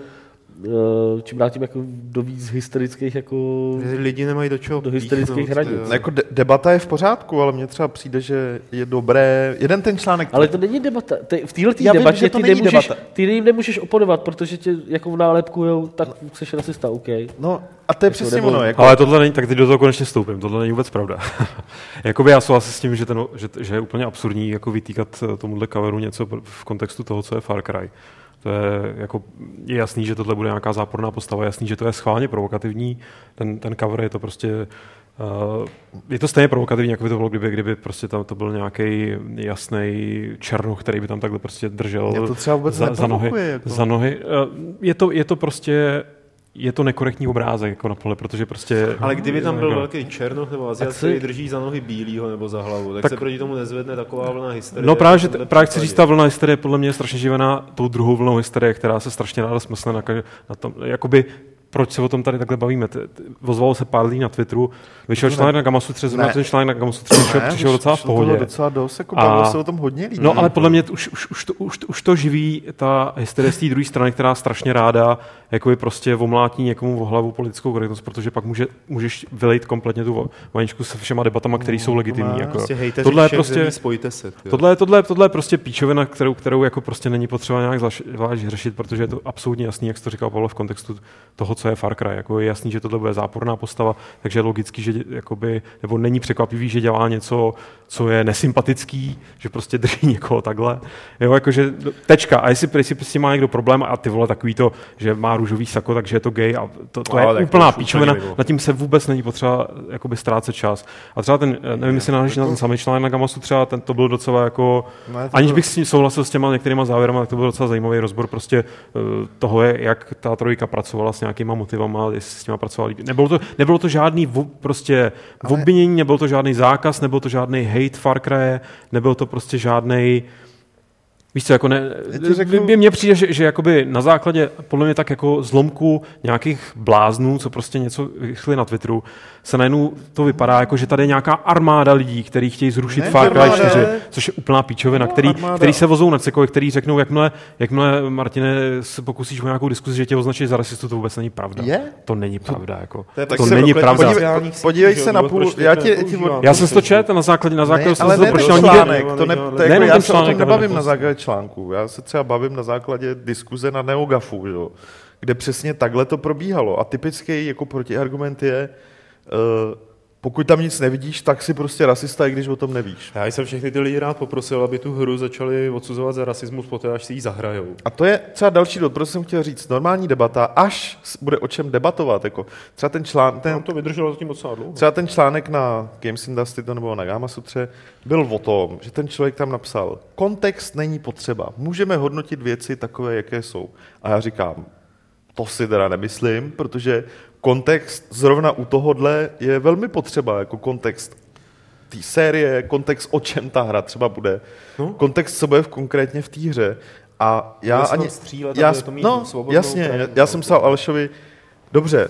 čím dál tím jako do víc hysterických jako...
Lidi nemají do čeho
do hysterických hranic.
No, jako de- debata je v pořádku, ale mně třeba přijde, že je dobré... Jeden ten článek...
Ale to není debata. Ty, v této
Já
debatě
vím, to
ty,
není
nemůžeš,
debata.
ty jim nemůžeš oponovat, protože tě jako v nálepkujou, tak jsi rasista, OK.
No a to je přesně
nebo...
ono. Jako...
Ale tohle není, tak teď do toho konečně vstoupím, tohle není vůbec pravda. Jakoby já souhlasím s tím, že, ten, že, že je úplně absurdní jako vytýkat tomuhle coveru něco v kontextu toho, co je Far Cry. To je, jako, je jasný, že tohle bude nějaká záporná postava, je jasný, že to je schválně provokativní, ten, ten cover je to prostě, uh, je to stejně provokativní, jako by to bylo, kdyby, kdyby prostě tam to byl nějaký jasný černoch, který by tam takhle prostě držel
to třeba vůbec
za, za nohy.
Jako.
Za nohy. Uh, je, to, je to prostě je to nekorektní obrázek jako na pole, protože prostě...
Ale kdyby tam byl
jako...
velký černoch nebo Aziat, který drží za nohy bílýho nebo za hlavu, tak, tak se proti tomu nezvedne taková vlna hysterie.
No právě, že t- právě chci říct, ta vlna hysterie podle mě je strašně živená tou druhou vlnou hysterie, která se strašně ráda smysle na, na tom, jakoby proč se o tom tady takhle bavíme. Ozvalo se pár lidí na Twitteru, vyšel článek na Gamasutře, zrovna ten článek na Gamasutře přišel, přišel docela v pohodě.
Docela dost, jako bavilo se o tom hodně lidí.
No ale podle mě už, už, už, to, už, už to živí ta hysterie z té druhé strany, která strašně ráda jako je prostě omlátí někomu v hlavu politickou korektnost, protože pak může, můžeš vylejt kompletně tu vaničku se všema debatama, které jsou legitimní. No, jako.
Prostě hejteři
tohle je
všech
prostě,
zemí, spojte se.
Tohle, tohle, tohle je prostě píčovina, kterou, kterou jako prostě není potřeba nějak zvlášť řešit, protože je to absolutně jasný, jak jsi to říkal Pavel, v kontextu toho, co je Far Cry. Jako je jasný, že tohle bude záporná postava, takže je logický, že jakoby, nebo není překvapivý, že dělá něco, co je nesympatický, že prostě drží někoho takhle. Jo, jakože tečka. A jestli, jestli prostě má někdo problém a ty vole takový to, že má růžový sako, takže je to gay a to, to
no,
je úplná píčovina. Nad tím se vůbec není potřeba jakoby ztrácet čas. A třeba ten, nevím, jestli nahlíží na ten samý článek na Gamasu, třeba ten to byl docela jako, no, aniž bych s ním souhlasil s těma některýma závěrama, tak to byl docela zajímavý rozbor prostě toho, jak ta trojka pracovala s nějakýma motivama, jestli s těma pracovala. Nebylo to, nebylo to žádný v, prostě ale... obvinění, nebyl to žádný zákaz, nebyl to žádný hate Far Cry, nebyl to prostě žádný Víš co, jako ne,
řeknu...
mně přijde, že, že jakoby na základě, podle mě tak jako zlomku nějakých bláznů, co prostě něco vychli na Twitteru, se najednou to vypadá jako, že tady je nějaká armáda lidí, kteří chtějí zrušit
Ne,
Far Cry
armáda,
čtyři,
ne.
což je úplná píčovina,
No,
který,
armáda.
který se vozou na cekové, který řeknou, jakmile, jakmile, Martine, se pokusíš o nějakou diskuzi, že tě označí za rasistu, to vůbec není pravda.
Je?
To není pravda, jako.
To je
To,
tak se
není
prokletí
pravda.
sociálních sítí,
Podívej
že
se
jo,
na
důvod,
půl-
proč
já
to
ti- ti-
nepoužívám.
Já jsem si to četl na základě, na základě
Ne,
jsem
ale
se to
ne
prošel
ten
nikde.
článek, to ne, to
Ne,
jako,
ne,
já
ten
se o tom
článek,
nebavím
ale
na
to-
základě článku, já se třeba bavím na základě diskuze na Neogafu, že? jo, kde přesně takhle to probíhalo a typický jako protiargument je, uh, pokud tam nic nevidíš, tak si prostě rasista, i když o tom nevíš.
Já jsem všechny ty lidi rád poprosil, aby tu hru začali odsuzovat za rasismus poté, až si ji zahrajou.
A to je třeba další důvod, proto jsem chtěl říct, normální debata, až bude o čem debatovat, jako třeba ten článek,
Tam
ten,
to vydrželo zatím docela dlouho.
třeba ten článek na Games Industry to nebo na Gamasutře byl o tom, že ten člověk tam napsal, kontext není potřeba, můžeme hodnotit věci takové, jaké jsou. A já říkám, to si teda nemyslím, protože kontext zrovna u tohohle je velmi potřeba, jako kontext té série, kontext o čem ta hra třeba bude,
No.
kontext, co bude v, konkrétně v té hře. A já
Bude se
ani...
tam střílet,
já,
a bude to mít
no,
svobodnou
jasně,
krajinu.
já, já jsem psal Alešovi, dobře,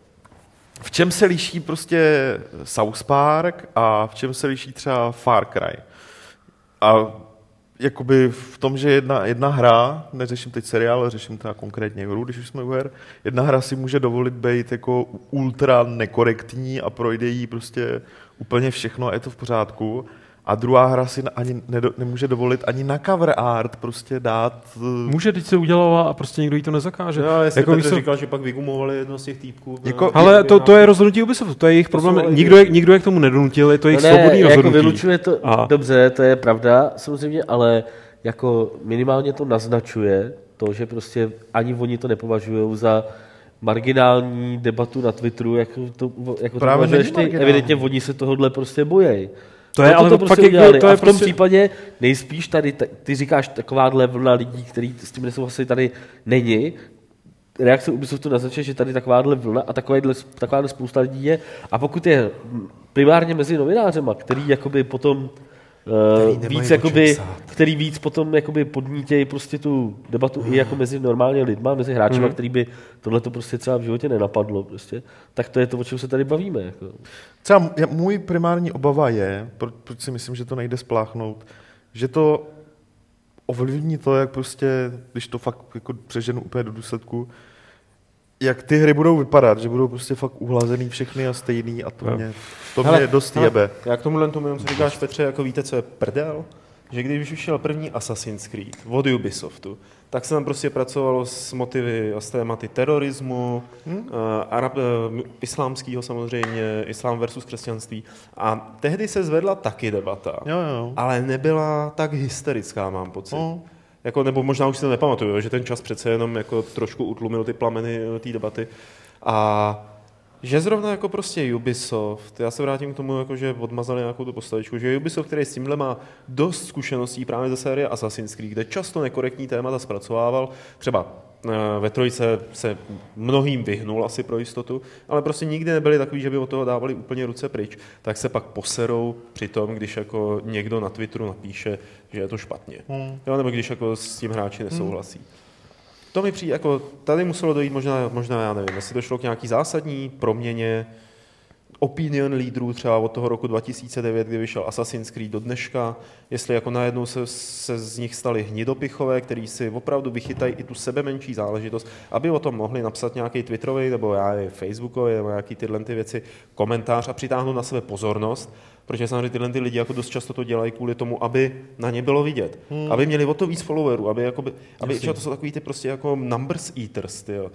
v čem se liší prostě South Park a v čem se liší třeba Far Cry? A jakoby v tom, že jedna, jedna hra, neřeším teď seriál, ale řeším teda konkrétně hru, když už jsme u her, jedna hra si může dovolit být jako ultra nekorektní a projde jí prostě úplně všechno a je to v pořádku. A druhá hra si ani nedo, nemůže dovolit ani na cover art prostě dát...
Může, teď se udělala a prostě nikdo jí to nezakáže.
No, jestli
Jako
jako
víš co-
Petr říkal, že pak vygumovali jedno z těch týpků.
Jako-
Ale to, to je rozhodnutí Ubisoftu, to je jejich problém.
jsou ale-
Nikdo je, nikdo je k tomu nedonutil, je to jejich
No ne,
svobodný
jako
rozhodnutí.
vylučuje to,
A-
dobře, to je pravda samozřejmě, ale jako minimálně to naznačuje to, že prostě ani oni to nepovažují za marginální debatu na Twitteru, jako to, jako
Právě
to považuješ
není
ty,
marginální.
evidentně oni se tohohle prostě bojejí.
To je,
Proto
ale
to
fakt
prostě
je-
udělali.
to je
a v tom
prostě-
případě nejspíš tady, t- ty říkáš takováhle vlna lidí, který s tím nesouhlasí, tady není. Reakce Ubisoftu naznačuje, že tady takováhle vlna a takováhle, takováhle spousta lidí je. A pokud je primárně mezi novinářema, který jakoby potom
Který
uh,
nemají
víc,
o čem
jakoby,
psát.
který víc potom jakoby podnítějí prostě tu debatu i jako mezi normálně lidma, mezi hráčima,
Mhm.
který by tohleto prostě třeba v životě nenapadlo, prostě, tak to je to, o čem se tady bavíme. Jako.
Třeba m- já- můj primární obava je, pro, proč si myslím, že to nejde spláchnout, že to ovlivní to, jak prostě, když to fakt jako přeženu úplně do důsledku, jak ty hry budou vypadat, že budou prostě fakt uhlazený všechny a stejný a to
Jo.
mě, to
Hele,
mě dost
hele,
jebe.
Já k tomuhle tomu jenom co říkáš, Petře, jako víte, co je prdel? Že když vyšel první Assassin's Creed od Ubisoftu, tak se tam prostě pracovalo s motivy a s tématy terorismu, hmm? uh, arab, uh, islámského samozřejmě, islám versus křesťanství. A tehdy se zvedla taky debata,
Jo, jo.
ale nebyla tak hysterická, mám pocit.
No.
Jako, nebo možná už si to nepamatuju, že ten čas přece jenom jako trošku utlumil ty plameny té debaty. A že zrovna jako prostě Ubisoft, já se vrátím k tomu, jako že odmazali nějakou tu postavičku, že Ubisoft, který s tímhle má dost zkušeností právě ze série Assassin's Creed, kde často nekorektní témata zpracovával, třeba ve trojce se mnohým vyhnul asi pro jistotu, ale prostě nikdy nebyli takový, že by od toho dávali úplně ruce pryč, tak se pak poserou při tom, když jako někdo na Twitteru napíše, že je to špatně. Hmm. Jo, nebo když jako s tím hráči nesouhlasí. Hmm. To mi přijde, jako tady muselo dojít možná, možná, já nevím, jestli došlo k nějaký zásadní proměně opinion lídrů třeba od toho roku dva tisíce devět, kdy vyšel Assassin's Creed do dneška, jestli jako najednou se, se z nich stali hnidopichové, který si opravdu vychytají i tu sebe menší záležitost, aby o tom mohli napsat nějaký Twitterový nebo já Facebookový nebo nějaký tyhle ty věci, komentář a přitáhnout na sebe pozornost, protože samozřejmě tyhle ty lidi jako dost často to dělají kvůli tomu, aby na ně bylo vidět, hmm. aby měli o to víc followerů, aby, jakoby, aby to jsou takový ty prostě jako numbers eaters, tyjo.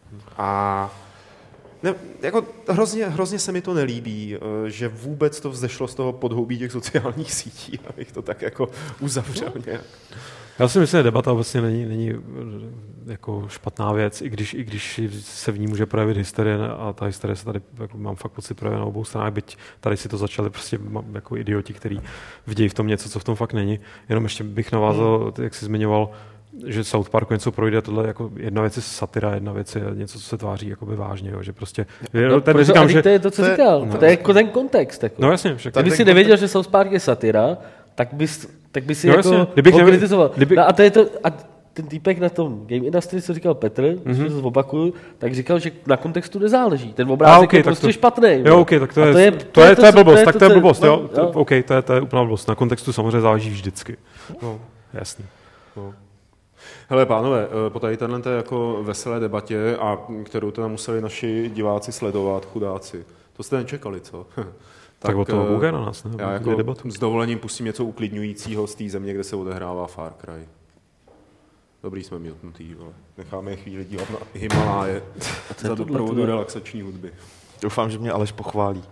A ne, jako hrozně, hrozně se mi to nelíbí, že vůbec to vzešlo z toho podhoubí těch sociálních sítí, abych to tak jako uzavřel nějak.
Já si myslím, že debata vlastně není, není jako špatná věc, i když, i když se v ní může projevit hysterie a ta hysterie se tady, jako mám fakt pocit, projevit na obou stranách, byť tady si to začali prostě jako idioti, kteří vidějí v tom něco, co v tom fakt není. Jenom ještě bych navázal, jak jsi zmiňoval, že South Parku něco projde, tohle jako jedna věc je satira, jedna věc je něco, co se tváří jakoby vážně, jo, že prostě...
No, ten říkám, že to je to, co
to je,
říkal,
no.
to je jako ten kontext. Jako.
No jasně, však...
Kdyby
ten
si nevěděl, že South Park je satira, tak bys tak by si
No,
jako
jasně. Kdybych
ho
nebyl-
kritizoval.
kdyby-
No a to je to, a ten týpek na tom Game Industry, co říkal Petr,
Mhm.
mm-hmm. že to opakuju, tak říkal, že na kontextu nezáleží. Ten obrázek
okay,
je
tak
prostě
to,
špatný.
Jo, ok, tak to
A
je,
to je,
to je, to je
co-
blbost, tak to je
co-
blbost,
no,
jo. To,
jo.
OK, to je, to je úplná blbost. Na kontextu samozřejmě záleží vždycky. No, jasný.
No. Hele, pánové, po tady téhle jako veselé debatě, a kterou teda museli naši diváci sledovat, chudáci, to jste nečekali, co?
Tak, tak od toho Google na nás, ne?
Já jako s dovolením pustím něco uklidňujícího z té země, kde se odehrává Far Cry. Dobrý jsme mutnutý, vole. Necháme je chvíli dívat na Himaláje za doprovodu relaxační hudby.
Doufám, že mě Aleš pochválí.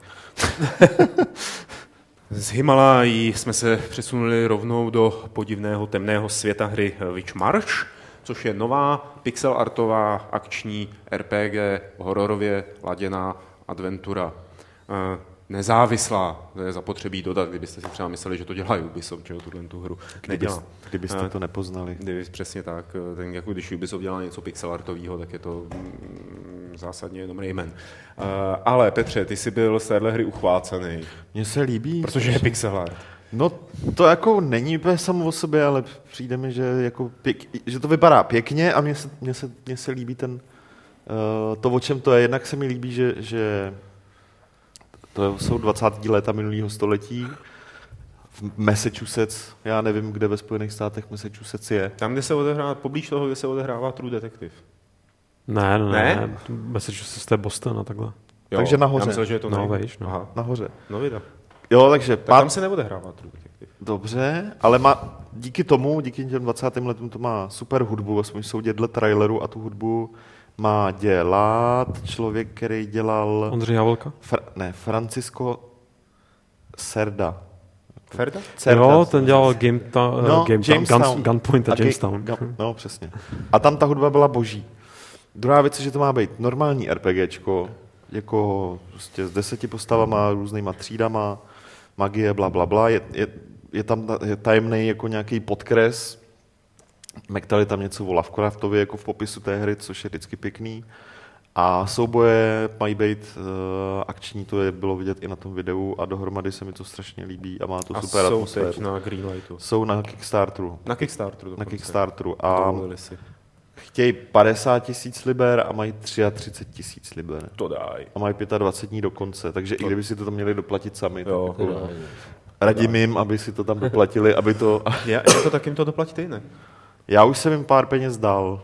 Z Himalájí jsme se přesunuli rovnou do podivného temného světa hry Witch March, což je nová pixelartová akční R P G, hororově laděná adventura. Nezávislá, to je zapotřebí dodat, kdybyste si třeba mysleli, že to dělá Ubisoft, že tuhle tu hru nedělá.
Kdybyste to nepoznali.
Kdyby, přesně tak, ten, jako když Ubisoft dělá něco pixelartového, tak je to mm, zásadně jenom Rayman. Uh, ale Petře, ty jsi byl z téhle hry uchvácený.
Mně se líbí.
Protože je pixel art.
No to jako není úplně samo o sobě, ale přijde mi, že, jako pěk, že to vypadá pěkně a mně se, mně se, mně se líbí ten, uh, to, o čem to je. Jednak se mi líbí, že, že to jsou dvacátá léta minulého století v Massachusetts, já nevím, kde ve Spojených státech Massachusetts je.
Tam, kde se odehrává, poblíž toho, kde se odehrává True Detective.
Ne, ne,
Ne?
ne. Massachusetts, to je Boston a takhle.
Jo,
Takže nahoře.
Já myslel, že je to
No,
nejde.
vejš, no.
Aha.
Nahoře.
No vida.
Jo, takže
Tak
pár...
tam se neodehrává True Detective.
Dobře, ale má, díky tomu, díky těm dvacátým letům to má super hudbu, aspoň soudě dle traileru, a tu hudbu má dělat člověk, který dělal...
Ondřej Havelka?
Fra, ne, Francisco Cerda.
Ferda?
Cerda.
Jo, ten dělal Game, ta,
No,
Game
Jamestown.
Guns, Gunpoint a,
A Ga-
Jamestown.
Ga- No, přesně. A tam ta hudba byla boží. Druhá věc je, že to má být normální RPGčko, jako prostě s deseti postavama, různýma třídama, magie, bla, bla, bla. Je, je, je tam ta- je tajemný jako nějaký podkres. Mektali tam něco o Lovecraftově jako v popisu té hry, což je vždycky pěkný. A souboje mají být uh, akční, to je bylo vidět i na tom videu a dohromady se mi to strašně líbí a má to
A
super
jsou
atmosféru.
teď na Greenlightu.
Jsou na Kickstarteru.
Na Kickstarteru.
Na
dokonce.
Kickstarteru. A
Dovolili si.
chtějí padesát tisíc liber a mají třicet tři tisíc liber.
To daj.
A mají dvacet pět dní do konce, takže to... i kdyby si to tam měli doplatit sami,
Jo.
tak jako radím jim, aby si to tam doplatili, aby to...
Je, je to tak jim to doplatit, ne?
Já už jsem jim pár peněz dal.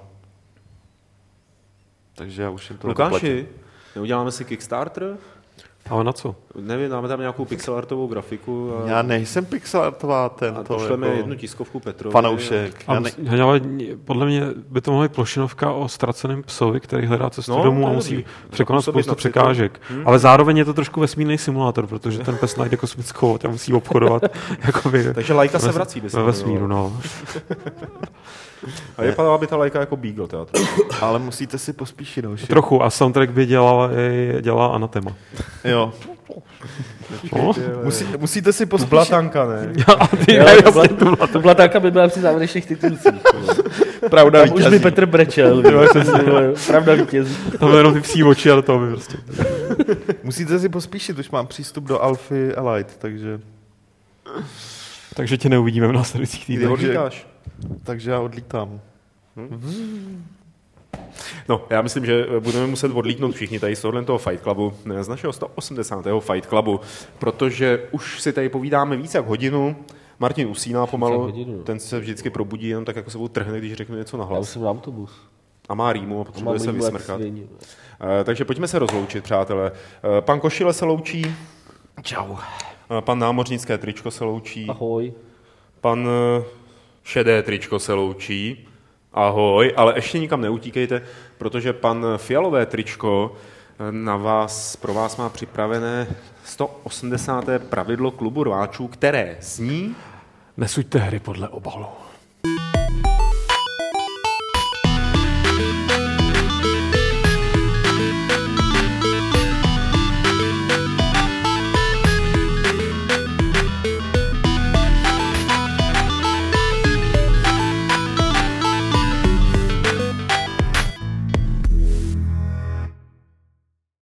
Takže já už jim to
Lukáši,
doplatím.
neuděláme si Kickstarter?
Ale na co?
Nevím, dáme tam nějakou pixelartovou grafiku a,
Já nejsem pixelartová ten
a
to
pošleme
jako
jednu tiskovku Petrovi.
fanoušek.
A
Já
musí,
ne...
ale podle mě by to mohla být plošinovka o ztraceném psovi, který hledá cestu
No,
domů
to
a
je
musí
dobrý.
překonat
Působit
spoustu
na psycho.
překážek.
Hmm.
Ale zároveň je to trošku vesmírný simulátor, protože ten pes najde kosmickou a musí obchodovat. jakoby,
Takže lajka se
ve-
vrací. by se
Ve
to
vesmíru,
jmenovalo.
no.
A vypadala by ta lajka jako Beagle teatr.
Ale musíte si pospíšit, hoši.
Trochu. A soundtrack by dělala, dělala Anathema.
Jo.
No.
Musí, musíte si pospíšit.
Blatanka, ne?
A ty,
Jo,
ne,
to byla- to byla taka by byla při závěrečných titulcích.
Pravda
Tam už by
vítězí.
Petr brečel. Pravda vítězí.
tam byly jenom ty psí oči, ale to by prostě.
Musíte si pospíšit, už mám přístup do Alfy Elite, takže,
Takže tě neuvidíme v následujících
Ty
týdnech.
odlítáš.
takže já odlítám.
No, já myslím, že budeme muset odlítnout všichni tady z tohohle toho Fight Clubu, ne, z našeho sto osmdesátého Fight Clubu, protože už si tady povídáme více jak hodinu. Martin usíná pomalu,
hodinu.
ten se vždycky probudí, jenom tak jako sebou trhne, když řekne něco
Já už
nahlas.
jsem na autobus.
A má rýmu a potřebuje se
Mám jídlo jak
vysmrkat.
svině.
Eh, Takže pojďme se rozloučit, přátelé. Eh, Pan Košile se loučí,
Čau.
eh, pan námořnické tričko se loučí,
Ahoj.
pan eh, šedé tričko se loučí, ahoj, ale ještě nikam neutíkejte, protože pan fialové tričko eh, na vás, pro vás má připravené sto osmdesáté pravidlo klubu rváčů, které zní...
Nesuďte hry podle obalu.